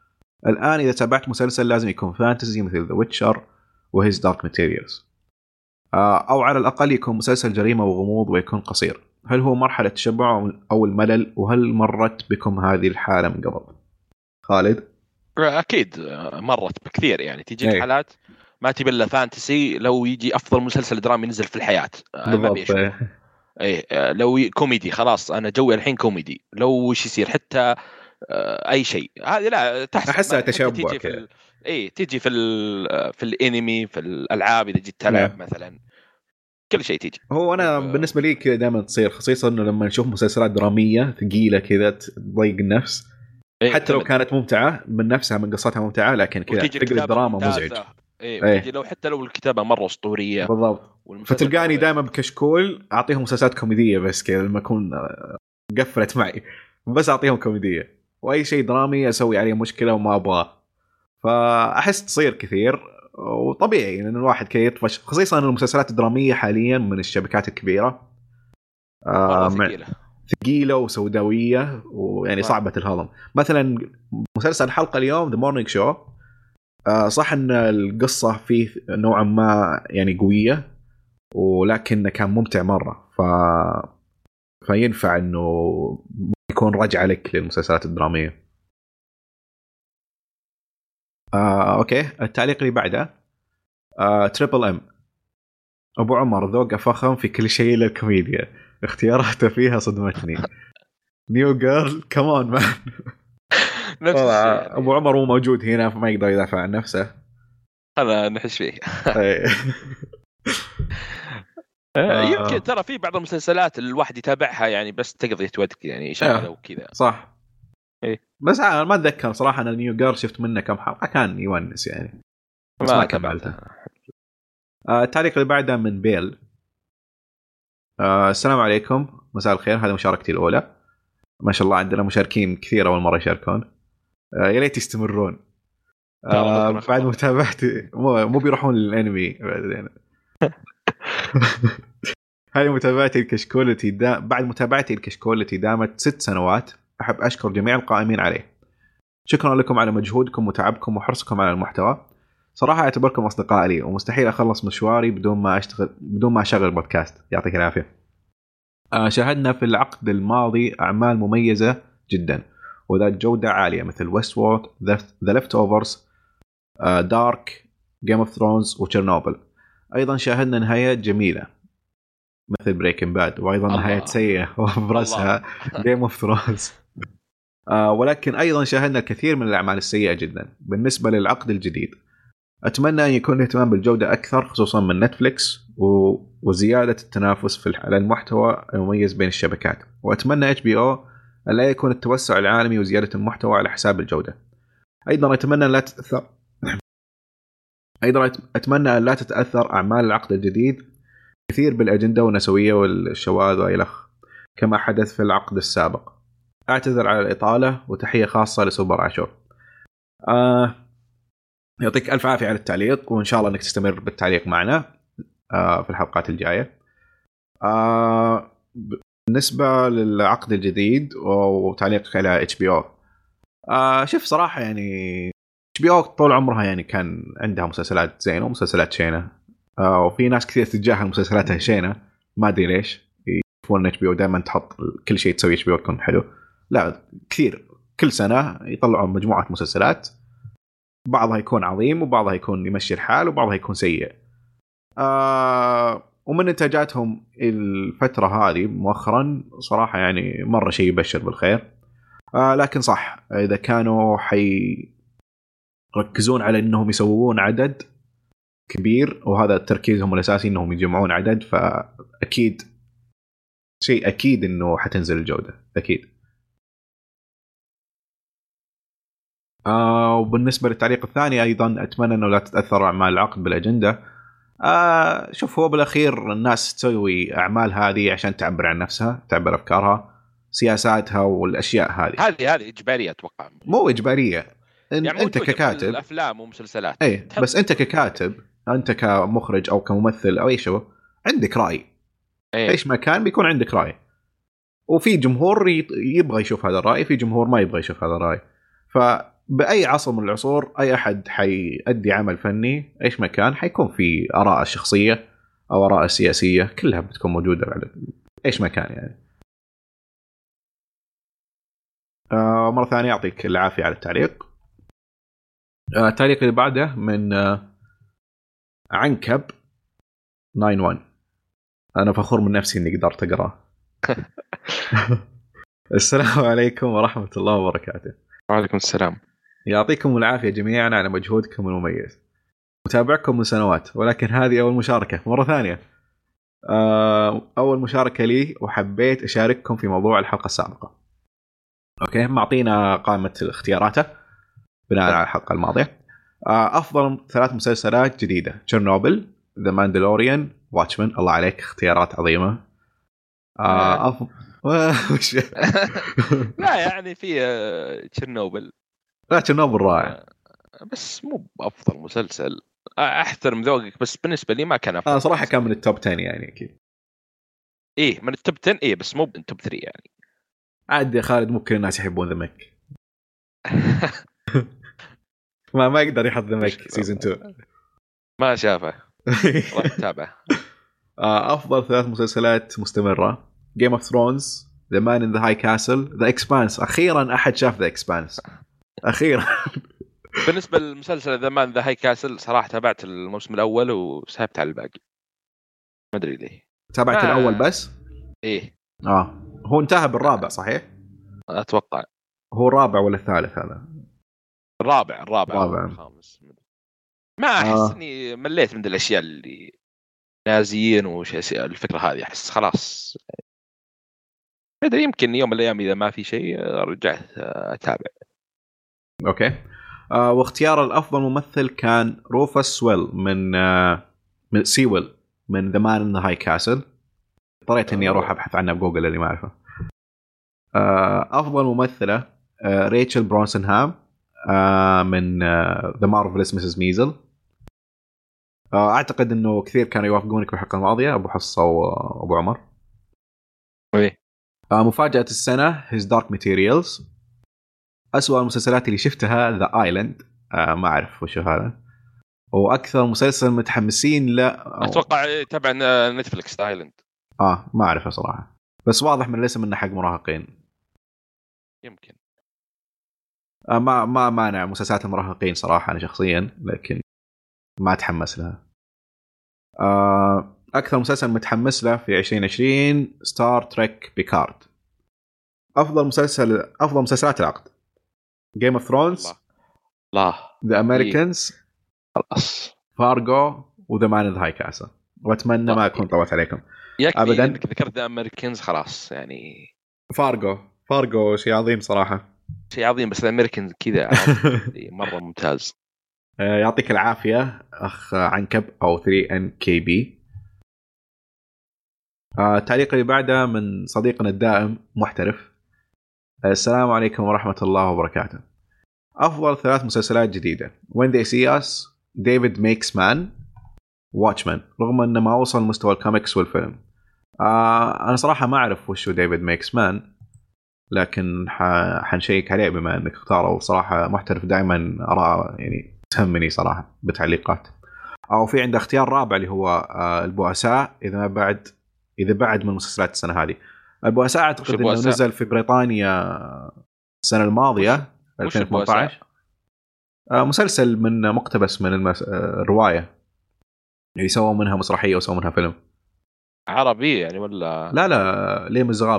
الآن إذا تابعت مسلسل لازم يكون فانتسي مثل ذا ويتشر وهيز دارك ماتيريالز، أو على الأقل يكون مسلسل جريمة وغموض ويكون قصير. هل هو مرحلة تشبع أو الملل؟ وهل مرت بكم هذه الحالة من قبل؟ خالد؟ أكيد مرت بكثير، يعني تيجي أي. حالات ما تبي إلا فانتسي، لو يجي أفضل مسلسل درامي نزل في الحياة ما بيشوف. ايه لو كوميدي خلاص انا جوي الحين كوميدي، لو وش يصير حتى اي شيء هذه لا تحصل. احسها تشبع تيجي في ال... ايه تيجي في ال... في الانمي في الالعاب اذا جيت تلعب yeah. مثلا كل شيء تيجي. هو انا و... بالنسبه لي كذا دائما تصير، خصيصا انه لما نشوف مسلسلات دراميه ثقيله كذا تضيق النفس. إيه حتى لو كانت ممتعه من نفسها من قصتها ممتعه، لكن كذا ثقل الدراما مزعج. ايه, إيه. لو حتى لو الكتابه مره اسطوريه بالضبط. فتلقاني دائما بكشكول اعطيهم مسلسلات كوميديه بس كذا لما اكون قفلت معي بس اعطيهم كوميديه، واي شيء درامي اسوي عليه مشكله وما ابغاه. فاحس تصير كثير وطبيعي ان الواحد كذا يطفش، خصيصا ان المسلسلات الدراميه حاليا من الشبكات الكبيره آه ثقيله ثقيله وسوداويه ويعني آه. صعبه الهضم. مثلا مسلسل حلقه اليوم ذا مورنينج شو، آه صح ان القصه فيه نوعا ما يعني قويه، ولكن كان ممتع مره، ف فينفع انه يكون رجع لك للمسلسلات الدراميه. آه، اوكي التعليق اللي بعده آه، تريبل ام ابو عمر ذوقه فخم في كل شيء الا الكوميديا، اختياراته فيها صدمتني. نيو جيرل كمان مان. ابو عمر مو موجود هنا فما يقدر يدافع عن نفسه، هذا نحس فيه. يمكن ترى في بعض المسلسلات الواحد يتابعها يعني بس تقضية وقت يعني شغله وكذا صح. إيه. بس أنا ما أتذكر صراحة أنا نيو جيرل شفت منه كم حلقة كان يونس يعني بس ما, ما كملته. آه التعليق اللي بعده من بيل آه السلام عليكم مساء الخير، هذه مشاركتي الأولى. ما شاء الله عندنا مشاركين كثير أول مرة يشاركون، آه يا ريت يستمرون. آه بعد متابعتي مو, مو بيروحون للأنمي بعدين. هاي متابعتي الكشكولتي دا... بعد متابعتي الكشكولتي دامت ست سنوات. أحب أشكر جميع القائمين عليه، شكرا لكم على مجهودكم وتعبكم وحرصكم على المحتوى. صراحة أعتبركم أصدقاء لي ومستحيل أخلص مشواري بدون ما أشتغل بدون ما أشغل بودكاست. يعطيك العافية. آه شاهدنا في العقد الماضي أعمال مميزة جدا وذات جودة عالية مثل ويست وورد، ذا ليفت أوفرز، دارك، جيم اوف ثرونز وتشيرنوبل. أيضا شاهدنا نهاية جميلة مثل بريكنج باد، وأيضا نهاية سيئة وبرسها جيم اوف ثرونز. آه ولكن أيضا شاهدنا الكثير من الأعمال السيئة جدا. بالنسبة للعقد الجديد أتمنى أن يكون اهتمام بالجودة أكثر خصوصا من نتفليكس و... وزيادة التنافس في على المحتوى المميز بين الشبكات. وأتمنى إتش بي أو ألا يكون التوسع العالمي وزيادة المحتوى على حساب الجودة. أيضا أتمنى لا تتأثر أيضا أتمنى أن لا تتأثر أعمال العقد الجديد كثير بالأجندة والنسوية والشواذ وإلخ كما حدث في العقد السابق. أعتذر على الإطالة وتحية خاصة لسوبر عاشور. آه يعطيك ألف عافية على التعليق، وإن شاء الله أنك تستمر بالتعليق معنا آه في الحلقات الجاية. آه بالنسبة للعقد الجديد وتعليقك على إتش بي أو، آه شوف صراحة يعني إتش بي أو طول عمرها يعني كان عندها مسلسلات زينة ومسلسلات شينة، آه وفي ناس كثير تتجاهل مسلسلاتها شينة ما أدري ليش يشوفون إتش بي أو دائما تحط كل شيء تسوي إتش بي أو تكون حلو. لا كثير كل سنة يطلعون مجموعة مسلسلات، بعضها يكون عظيم وبعضها يكون يمشي الحال وبعضها يكون سيء. آه ومن انتاجاتهم الفترة هذه مؤخرا صراحة يعني مرة شيء يبشر بالخير. آه لكن صح إذا كانوا حي ركزون على أنهم يسوون عدد كبير وهذا تركيزهم الأساسي أنهم يجمعون عدد، فأكيد شيء أكيد أنه حتنزل الجودة أكيد. آه وبالنسبة للتعليق الثاني أيضا أتمنى أنه لا تتأثر أعمال العقد بالأجندة. آه شوف هو بالأخير الناس تسوي أعمال هذه عشان تعبر عن نفسها، تعبر أفكارها سياساتها والأشياء هذه. هذه هذه إجبارية أتوقع. مو إجبارية يعني أنت ككاتب الأفلام ومسلسلات أي بس أنت ككاتب أنت كمخرج أو كممثل أو أي شيء عندك رأي. أيه. إيش ما كان بيكون عندك رأي، وفي جمهور يبغى يشوف هذا الرأي، في جمهور ما يبغى يشوف هذا الرأي. ف باي عصر من العصور اي احد حيؤدي عمل فني ايش ما كان حيكون في اراء الشخصيه او اراء السياسيه كلها بتكون موجوده على ايش ما كان يعني. آه مره ثانيه يعطيك العافيه على التعليق. آه التعليق اللي بعده من آه عنكب واحد واحد. انا فخور من نفسي اني قدرت اقراه. السلام عليكم ورحمه الله وبركاته. وعليكم السلام. يعطيكم العافيه جميعا على مجهودكم المميز. متابعكم من سنوات ولكن هذه اول مشاركه مره ثانيه. آه اول مشاركه لي وحبيت اشارككم في موضوع الحلقه السابقه. اوكي معطينا قائمه اختياراته بناء على الحلقه الماضيه. آه افضل ثلاث مسلسلات جديده: تشيرنوبل، ذا ماندلوريان، واتشمان. الله عليك اختيارات عظيمه. آه أف... لا يعني في تشيرنوبل. لا تشيرنوبل رائع بس مو بأفضل مسلسل. احترم ذوقك بس بالنسبه لي ما كان افضل. آه صراحه كان من التوب عشرة يعني اكيد. ايه من التوب عشرة. ايه بس مو من التوب ثلاثة يعني. عاد يا خالد مو كل الناس يحبون ذا ميك. ما ما يقدر يحط ذا ميك سيزون اثنين. ما شافه. راح تتابعه. افضل ثلاث مسلسلات مستمره: جيم اوف ثرونز، ذا مان ان ذا هاي كاسل، ذا اكسبانس. اخيرا احد شاف ذا اكسبانس اخيرا. بالنسبه للمسلسل ذا مان ذا هاي كاسل صراحه تابعت الموسم الاول وسحبت على الباقي ما ادري ليه. تابعت آه. الاول بس. ايه اه هو انتهى بالرابع صحيح؟ اتوقع هو الرابع ولا الثالث هذا؟ الرابع الرابع الرابع. الخامس ما احس آه. اني مليت من الاشياء اللي نازيين وش الفكره هذه. احس خلاص ما ادري يمكن يوم من الايام اذا ما في شيء رجعت اتابع. اوكي. آه واختيار الافضل ممثل كان روفاس سويل من آه من سيويل من ذا مان ان ذا هاي كاسل. اضطريت اني اروح ابحث عنه بجوجل اللي ما اعرفه. آه افضل ممثله آه ريتشل برونسنهام آه من ذا مارفلس مسز ميزل. اعتقد انه كثير كانوا يوافقونك بالحلقه الماضيه ابو حصه وابو عمر. ايه آه مفاجاه السنه هيز دارك ماتيريالز. اسوأ المسلسلات اللي شفتها ذا ايلاند. آه ما اعرف وش هذا. واكثر مسلسل متحمسين لا أو... اتوقع تبع نتفلكس ايلاند. اه ما اعرفه صراحه بس واضح من الاسم انه حق مراهقين يمكن. آه ما ما مانع مسلسلات المراهقين صراحه انا شخصيا لكن ما اتحمس لها. آه اكثر مسلسل متحمس له في عشرين عشرين ستار تريك بيكارد. افضل مسلسل افضل مسلسلات العقد: جيم اوف ثرونز، لا ذا امريكانز، خلاص فارغو، وذا مان ان ذا هاي كاسل. واتمنى ما اكون طولت عليكم ابدا. انك ذكرت ذا امريكانز خلاص يعني. فارغو فارغو شيء عظيم صراحه شيء عظيم بس الامريكانز كذا مره ممتاز. يعطيك العافيه اخ عنكب او ثري إن كي بي. التعليق اللي بعده من صديقنا الدائم محترف. السلام عليكم ورحمه الله وبركاته. افضل ثلاث مسلسلات جديده: When They See Us، David Makes Man، Watchmen. رغم انه ما وصل مستوى الكوميكس والفيلم. آه انا صراحه ما اعرف وش هو ديفيد ميكس مان لكن حنشيك عليه بما انك اختاره. وصراحه محترف دائما اراء يعني تهمني صراحه بتعليقات. او في عنده اختيار رابع اللي هو آه البؤساء. اذا ما بعد اذا بعد من مسلسلات السنه هذه. البؤساء اعتقد انه نزل في بريطانيا السنه الماضيه ألفين وثمانية عشر. آه مسلسل من مقتبس من المس... آه الروايه اللي سووا منها مسرحيه وسووا منها فيلم. عربي يعني ولا لا لا ليه مزغاب.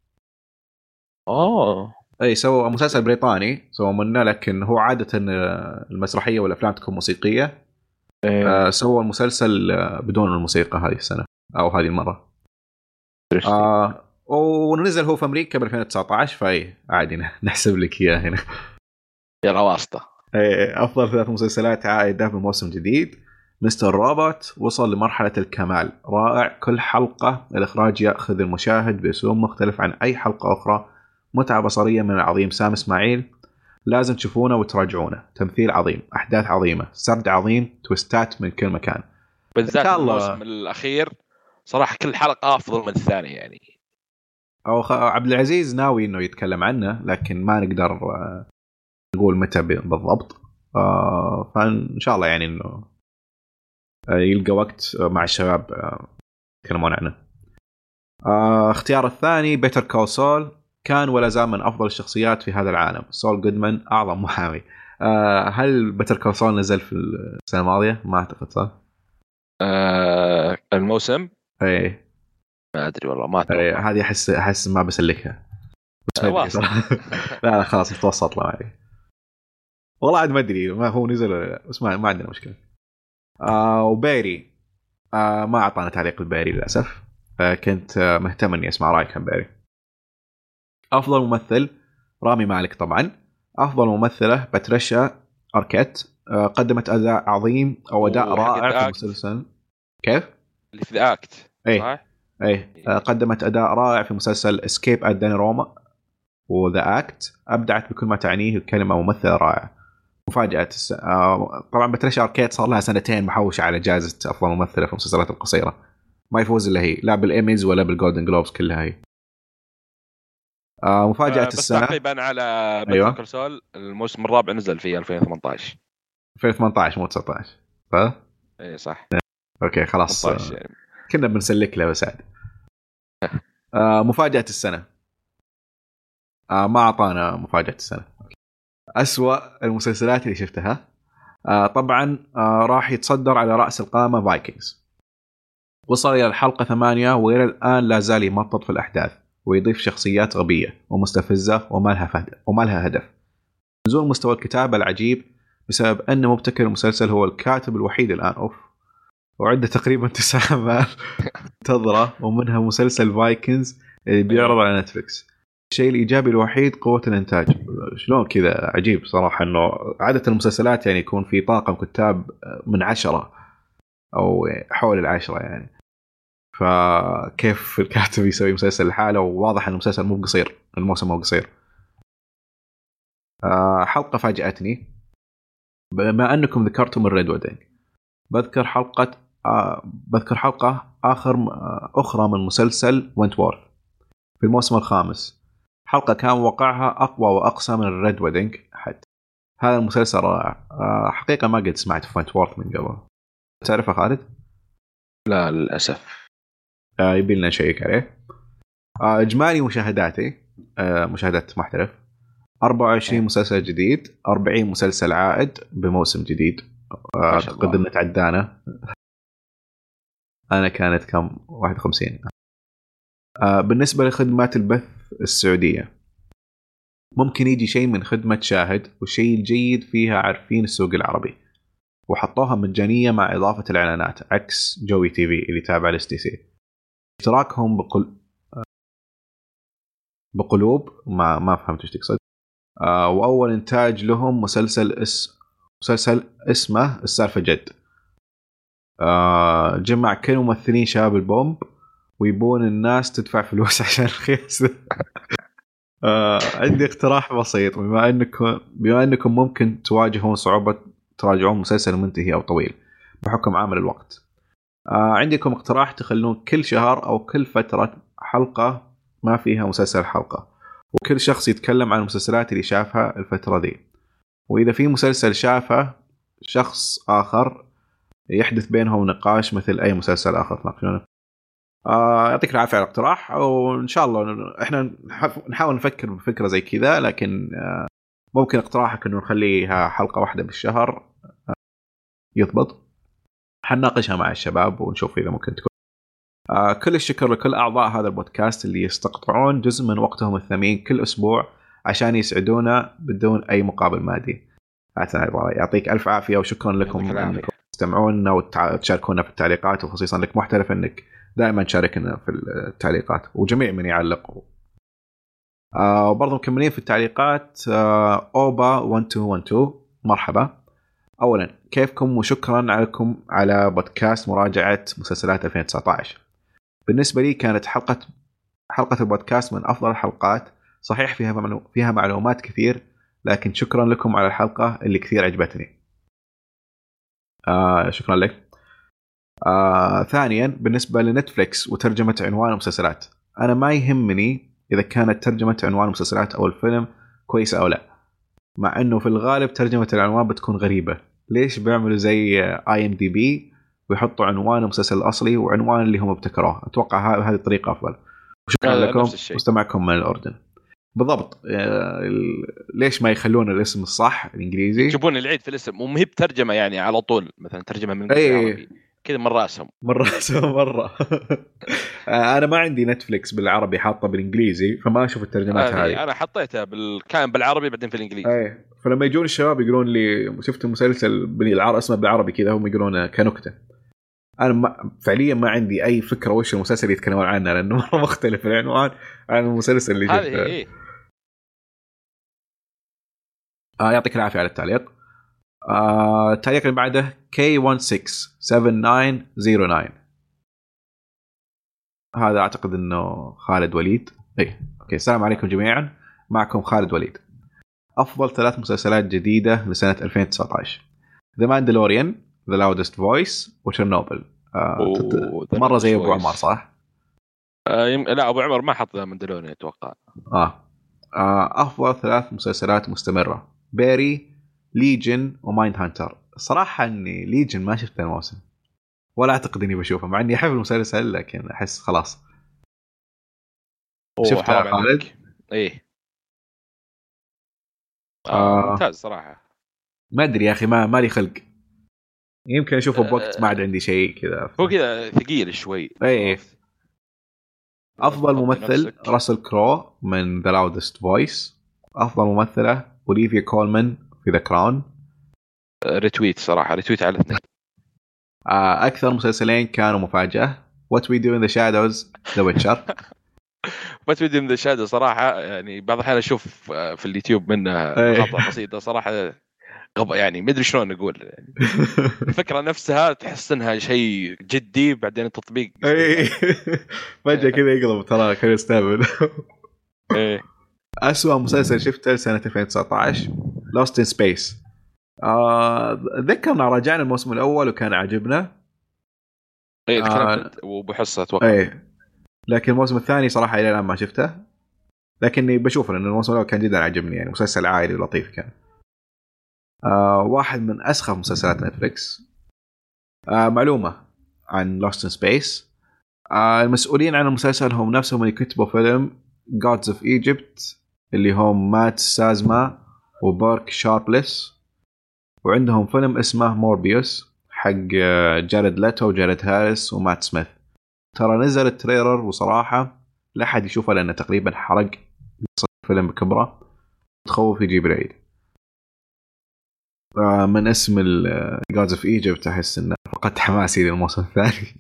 اوه اي سووا مسلسل بريطاني سووا منه لكن هو عاده المسرحيه والافلام تكون موسيقيه. إيه. آه سووا المسلسل بدون الموسيقى هذه السنه او هذه المره. آه ونزل هو في امريكا ب ألفين وتسعة عشر فاي عادي نحسب لك اياه هنا. يا واسطه. افضل ثلاث مسلسلات عائده بموسم جديد: مستر روبوت وصل لمرحله الكمال، رائع، كل حلقه الاخراج ياخذ المشاهد باسلوب مختلف عن اي حلقه اخرى، متعه بصريه من العظيم سام اسماعيل، لازم تشوفونه وتراجعونه، تمثيل عظيم، احداث عظيمه، سرد عظيم، تويستات من كل مكان. بالذات الموسم الاخير صراحه كل حلقه افضل من الثانيه يعني. او عبد العزيز ناوي انه يتكلم عنه لكن ما نقدر نقول متى بالضبط. آه فان شاء الله يعني انه يلقى وقت مع الشباب يتكلمون عنه. آه اختيار الثاني بيتر كول سول، كان ولا زال من افضل الشخصيات في هذا العالم. سول جودمان اعظم محامي. آه هل بيتر كول سول نزل في السنه الماضيه؟ ما اعتقد صح. آه الموسم ايه ما ادري والله ما إيه، اتوقع. هذه احس احس ما بسلكها بس ما آه ادري واسط. صراحه. لا لا خلاص متوسط له معي والله عاد ما ادري ما هو نزل ولا لا، بس ما, ما عندنا مشكله. آه وبيري آه ما اعطانا تعليق البيري للاسف. آه كنت آه مهتم اني اسمع رايك عن بيري. افضل ممثل رامي مالك طبعا. افضل ممثله باتريشا اركيت. آه قدمت اداء عظيم او اداء وحق رائع في The Act. المسلسل. كيف اللي في ذا اكت ايه صح. ايه آه قدمت اداء رائع في مسلسل اسكيب ات دانيروما وذا اكت. ابدعت بكل ما تعنيه الكلمه، ممثله رائعه. مفاجاه الس... آه طبعا باتريشا اركيت صار لها سنتين محوشه على جائزه افضل ممثله في المسلسلات القصيره، ما يفوز الا هي، لا بالايميز ولا بالجولدن جلوبز، كلها هي. آه مفاجاه آه بس السنه. تعقيبا على ايوه بيتر كول سول، الموسم الرابع نزل في ألفين وثمانية عشر. ألفين وثمانية عشر مو تسعة عشر صح؟ اي صح. اوكي خلاص ثمانية عشر يعني. كنا بنسلك له بس عاد. آه مفاجاه السنه. آه ما اعطانا مفاجاه السنه. أسوأ المسلسلات اللي شفتها. آه طبعا آه راح يتصدر على راس القائمه فايكنجز. وصل إلى الحلقة ثمانية وإلى الآن لا زال يمطط في الأحداث ويضيف شخصيات غبية ومستفزة وما لها فهد وما لها هدف. نزول مستوى الكتابة العجيب بسبب أن مبتكر المسلسل هو الكاتب الوحيد الآن أوف، وعنده تقريبا تسعة أعمال تظهر ومنها مسلسل فايكنز اللي بيعرض على نتفليكس. الشيء الإيجابي الوحيد قوة الإنتاج. شلون كذا عجيب صراحة إنه عادة المسلسلات يعني يكون في طاقم كتاب من عشرة أو حول العشرة يعني، فكيف الكاتب يسوي مسلسل لحاله؟ وواضح ان المسلسل مو قصير، الموسم مو قصير. أه حلقه فاجاتني بما انكم ذكرتم الريد ويدنج. بذكر حلقه أه بذكر حلقه اخر أه اخرى من مسلسل وينتورث في الموسم الخامس. حلقه كان وقعها اقوى واقصى من الريد ويدنج حتى. هذا المسلسل رائع. أه حقيقه ما قد سمعت في وينتورث من قبل. تعرفه خالد؟ لا للاسف. أه يبي لنا نشيك عليه. أه اجمالي مشاهداتي أه مشاهدات محترف أربعة وعشرين مسلسل جديد، أربعين مسلسل عائد بموسم جديد. أعتقد أن تعدانا. أنا كانت كم واحد وخمسين. بالنسبة لخدمات البث السعودية ممكن يجي شيء من خدمة شاهد، والشيء الجيد فيها عارفين السوق العربي وحطوها مجانية مع إضافة الإعلانات عكس جوي تي في اللي تابع الاس تي سي. اشتراكهم بقل... بقلوب ما ما فهمت ايش تقصد. آه وأول إنتاج لهم مسلسل اس مسلسل اسمه السالفة جد. آه جمع كل ممثلين شباب البومب ويبون الناس تدفع فلوس عشان الخيس. آه عندي اقتراح بسيط. بما أنكم بما أنكم ممكن تواجهون صعوبة تراجعون مسلسل منتهي أو طويل بحكم عامل الوقت، آه عندكم اقتراح تخلون كل شهر أو كل فترة حلقة ما فيها مسلسل حلقة، وكل شخص يتكلم عن المسلسلات اللي شافها الفترة دي، وإذا في مسلسل شافه شخص آخر يحدث بينهم نقاش مثل أي مسلسل آخر تناقشونه. آه يعطيك العافية على الاقتراح، وإن شاء الله إحنا نحاول نفكر بفكرة زي كذا، لكن آه ممكن اقتراحك إنه نخليها حلقة واحدة بالشهر آه يضبط. حنناقشها مع الشباب ونشوف إذا ممكن تكون. آه كل الشكر لكل أعضاء هذا البودكاست اللي يستقطعون جزء من وقتهم الثمين كل أسبوع عشان يسعدونا بدون أي مقابل مادي. يعطيك ألف عافية وشكرا لكم أنكم تستمعونا وتشاركونا في التعليقات، وخصيصا لك محترف أنك دائما تشاركنا في التعليقات، وجميع من يعلقوا. آه وبرضو مكملين في التعليقات. آه أوبا واحد اثنين واحد اثنين مرحبا. أولا كيفكم وشكرا عليكم على بودكاست مراجعة مسلسلات ألفين وتسعة عشر. بالنسبة لي كانت حلقة حلقة البودكاست من أفضل الحلقات، صحيح فيها فيها معلومات كثير، لكن شكرا لكم على الحلقة اللي كثير عجبتني. آه شكرا لك. آه ثانيا بالنسبة لنتفليكس وترجمة عنوان المسلسلات، أنا ما يهمني إذا كانت ترجمة عنوان المسلسلات أو الفيلم كويسة أو لا، مع انه في الغالب ترجمه العنوان بتكون غريبه. ليش بيعملوا زي اي ام دي بي ويحطوا عنوان المسلسل الاصلي وعنوان اللي هم ابتكروه؟ اتوقع هذه الطريقه افضل. وشكرا لكم مستمعكم من الاردن. بالضبط. ليش ما يخلون الاسم الصح الانجليزي؟ يجيبون العيد في الاسم وما هي بترجمه يعني على طول، مثلا ترجمه من انجليزي عربي كذا من راسهم من راسهم مره. انا ما عندي نتفليكس بالعربي حاطه بالانجليزي فما اشوف الترجمات آه هذه. انا حطيتها بال... كان بالعربي بعدين في الانجليزي. اي فلما يجون الشباب يقولون لي شفت مسلسل بالعربي اسمه بالعربي كذا، هم يقولون كنكته. انا ما فعليا ما عندي اي فكره وش المسلسل اللي يتكلمون عنه لانه مره مختلف العنوان عن المسلسل اللي شفته. هذه إيه؟ آه يعطيك العافيه على التعليق. آه التعليق اللي بعده كي واحد ستة سبعة تسعة صفر تسعة. هذا اعتقد انه خالد وليد. اي اوكي. السلام عليكم جميعا، معكم خالد وليد. افضل ثلاث مسلسلات جديده لسنه ألفين وتسعة عشر: ذا ماندلوريان، ذا لاودست فويس، وتشيرنوبل. آه مره زي ابو عمر صح؟ آه يم... لا ابو عمر ما حط ذا ماندلوريان اتوقع. آه. اه افضل ثلاث مسلسلات مستمره: بيري، ليجن، ومايند هانتر. صراحه اني ليجن ما شفت الموسم ولا اعتقد اني بشوفه، مع اني احب المسلسل لكن احس خلاص. شفتها خالد؟ ايه آه آه. ممتاز صراحه. ما ادري يا اخي، ما مالي خلق. يمكن اشوفه بوقت ما عاد عندي شيء كذا. هو كذا ثقيل شوي. اي. افضل ممثل راسل كرو من ذا لاودست فويس. افضل ممثله اوليفيا كولمان في ذا كراون. ريتويت صراحه، ريتويت على الاثنين. آه اكثر مسلسلين كانوا مفاجاه: What We Do in the Shadows، The Witcher. What We Do in the Shadows صراحه يعني بعض الأحيان اشوف في اليوتيوب منها مقاطع بسيطه صراحه غب يعني ما ادري شلون اقول يعني. الفكره نفسها تحس انها شيء جدي بعدين التطبيق فجاه كذا يقلب ترى كان يستهبل. ايه. اسوأ مسلسل شفته سنه ألفين وتسعة عشر Lost in Space. آه، ذكرنا رجعنا الموسم الاول وكان عاجبنا. ايه تكلمت آه وبحصه اتوقع. ايه لكن الموسم الثاني صراحه الى الان ما شفته، لكني بشوفه لان الموسم الاول كان جدا عجبني، يعني مسلسل عائلي لطيف كان. آه واحد من اسخف مسلسلات نتفليكس. آه معلومه عن Lost in Space: آه المسؤولين عن المسلسل هم نفسهم اللي كتبوا فيلم Gods of Egypt اللي هم مات سازما وبارك شاربلس، وعندهم فيلم اسمه موربيوس حق جاريد ليتو وجاريد هاريس ومات سميث. ترى نزل التريلر وصراحة لا أحد يشوفه لأنه تقريبا حرق الفيلم بكبره، تخوف يجيب العيد. من اسم ال Gods of Egypt أحس إنه فقدت حماسي للموسم الثاني.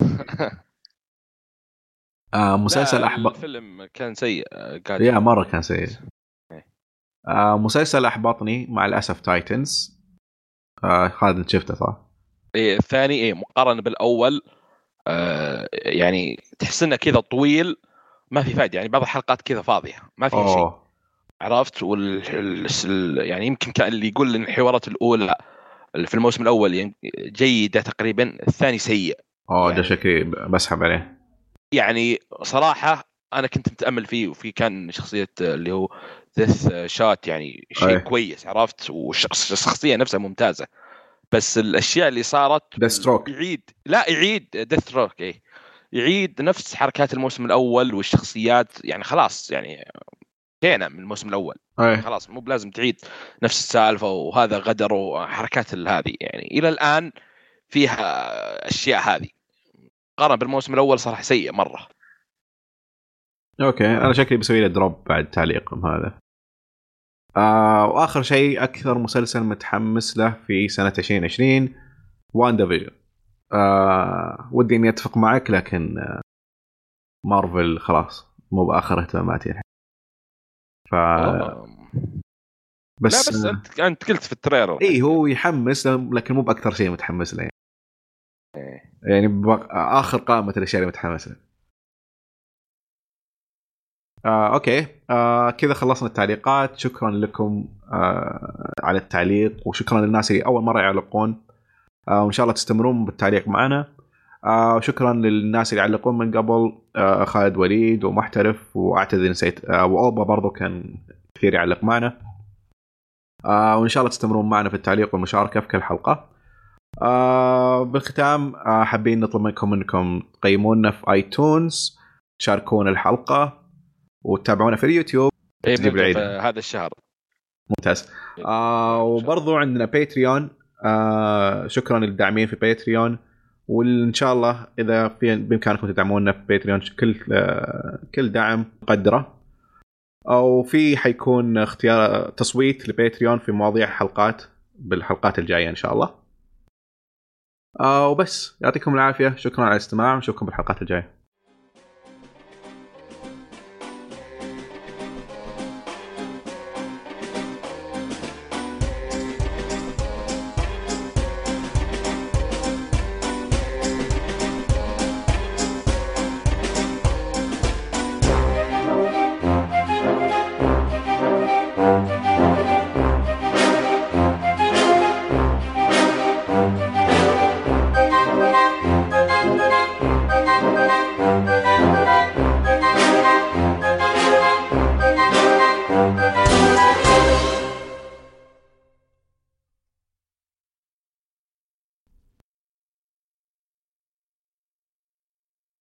آه مسلسل أحبط. الفيلم كان سيء. يا مرة كان سيء. آه مسلسل أحبطني مع الأسف تايتنز. آه خالد شفته صح؟ إيه الثاني إيه مقارنة بالأول. آه يعني تحس إنه كذا طويل ما في فائدة، يعني بعض الحلقات كذا فاضية ما فيها شيء عرفت. وال يعني يمكن كان اللي يقول إن الحوارات الأولى في الموسم الأول جيدة تقريبا، الثاني سيء. اه يعني ده شكلي بسحب عليه. يعني صراحة أنا كنت متأمل فيه، وفي كان شخصية اللي هو ديث شات يعني شيء أيه. كويس عرفت، والشخصية نفسها ممتازة، بس الأشياء اللي صارت يعيد لا يعيد ديث ستروك إيه يعيد نفس حركات الموسم الأول والشخصيات، يعني خلاص يعني كينا من الموسم الأول أيه. خلاص مو بلازم تعيد نفس السالفة وهذا غدر وحركات هذه، يعني إلى الآن فيها أشياء هذه قارن بالموسم الأول صراحة سيء مرة. اوكي انا شكلي بسوي له دروب بعد تعليقكم هذا. آه واخر شيء اكثر مسلسل متحمس له في سنه عشرين عشرين واندا فيجن. آه ودي اني اتفق معك لكن آه مارفل خلاص مو باخر اهتماماتي الحين. ف بس لا بس انت انت قلت في التريلر اي هو يحمس لكن مو باكثر شيء متحمس له يعني, يعني اخر قائمه الاشياء اللي متحمس له. آه، أوكي آه، كذا خلصنا التعليقات. شكرا لكم آه، على التعليق، وشكرا للناس اللي أول مرة يعلقون آه، وإن شاء الله تستمرون بالتعليق معنا. آه، وشكرا للناس اللي يعلقون من قبل آه، خالد وليد ومحترف، وأعتذر نسيت آه، وأوبا برضو كان كثير يعلق معنا. آه وإن شاء الله تستمرون معنا في التعليق والمشاركة في كل حلقة. آه بالختام آه حابين نطلب منكم انكم تقيمونا في ايتونز، تشاركونا الحلقة وتتابعونا في اليوتيوب. إيه بنبدأ في هذا الشهر. ممتاز. آه وبرضو عندنا باتريون. آه شكرا للداعمين في باتريون، وإن شاء الله إذا في بإمكانكم تدعمونا في باتريون كل آه كل دعم قدره. أو في حيكون اختيار تصويت لباتريون في مواضيع حلقات بالحلقات الجاية إن شاء الله. آه وبس يعطيكم العافية، شكرا على الاستماع ونشوفكم بالحلقات الجاية.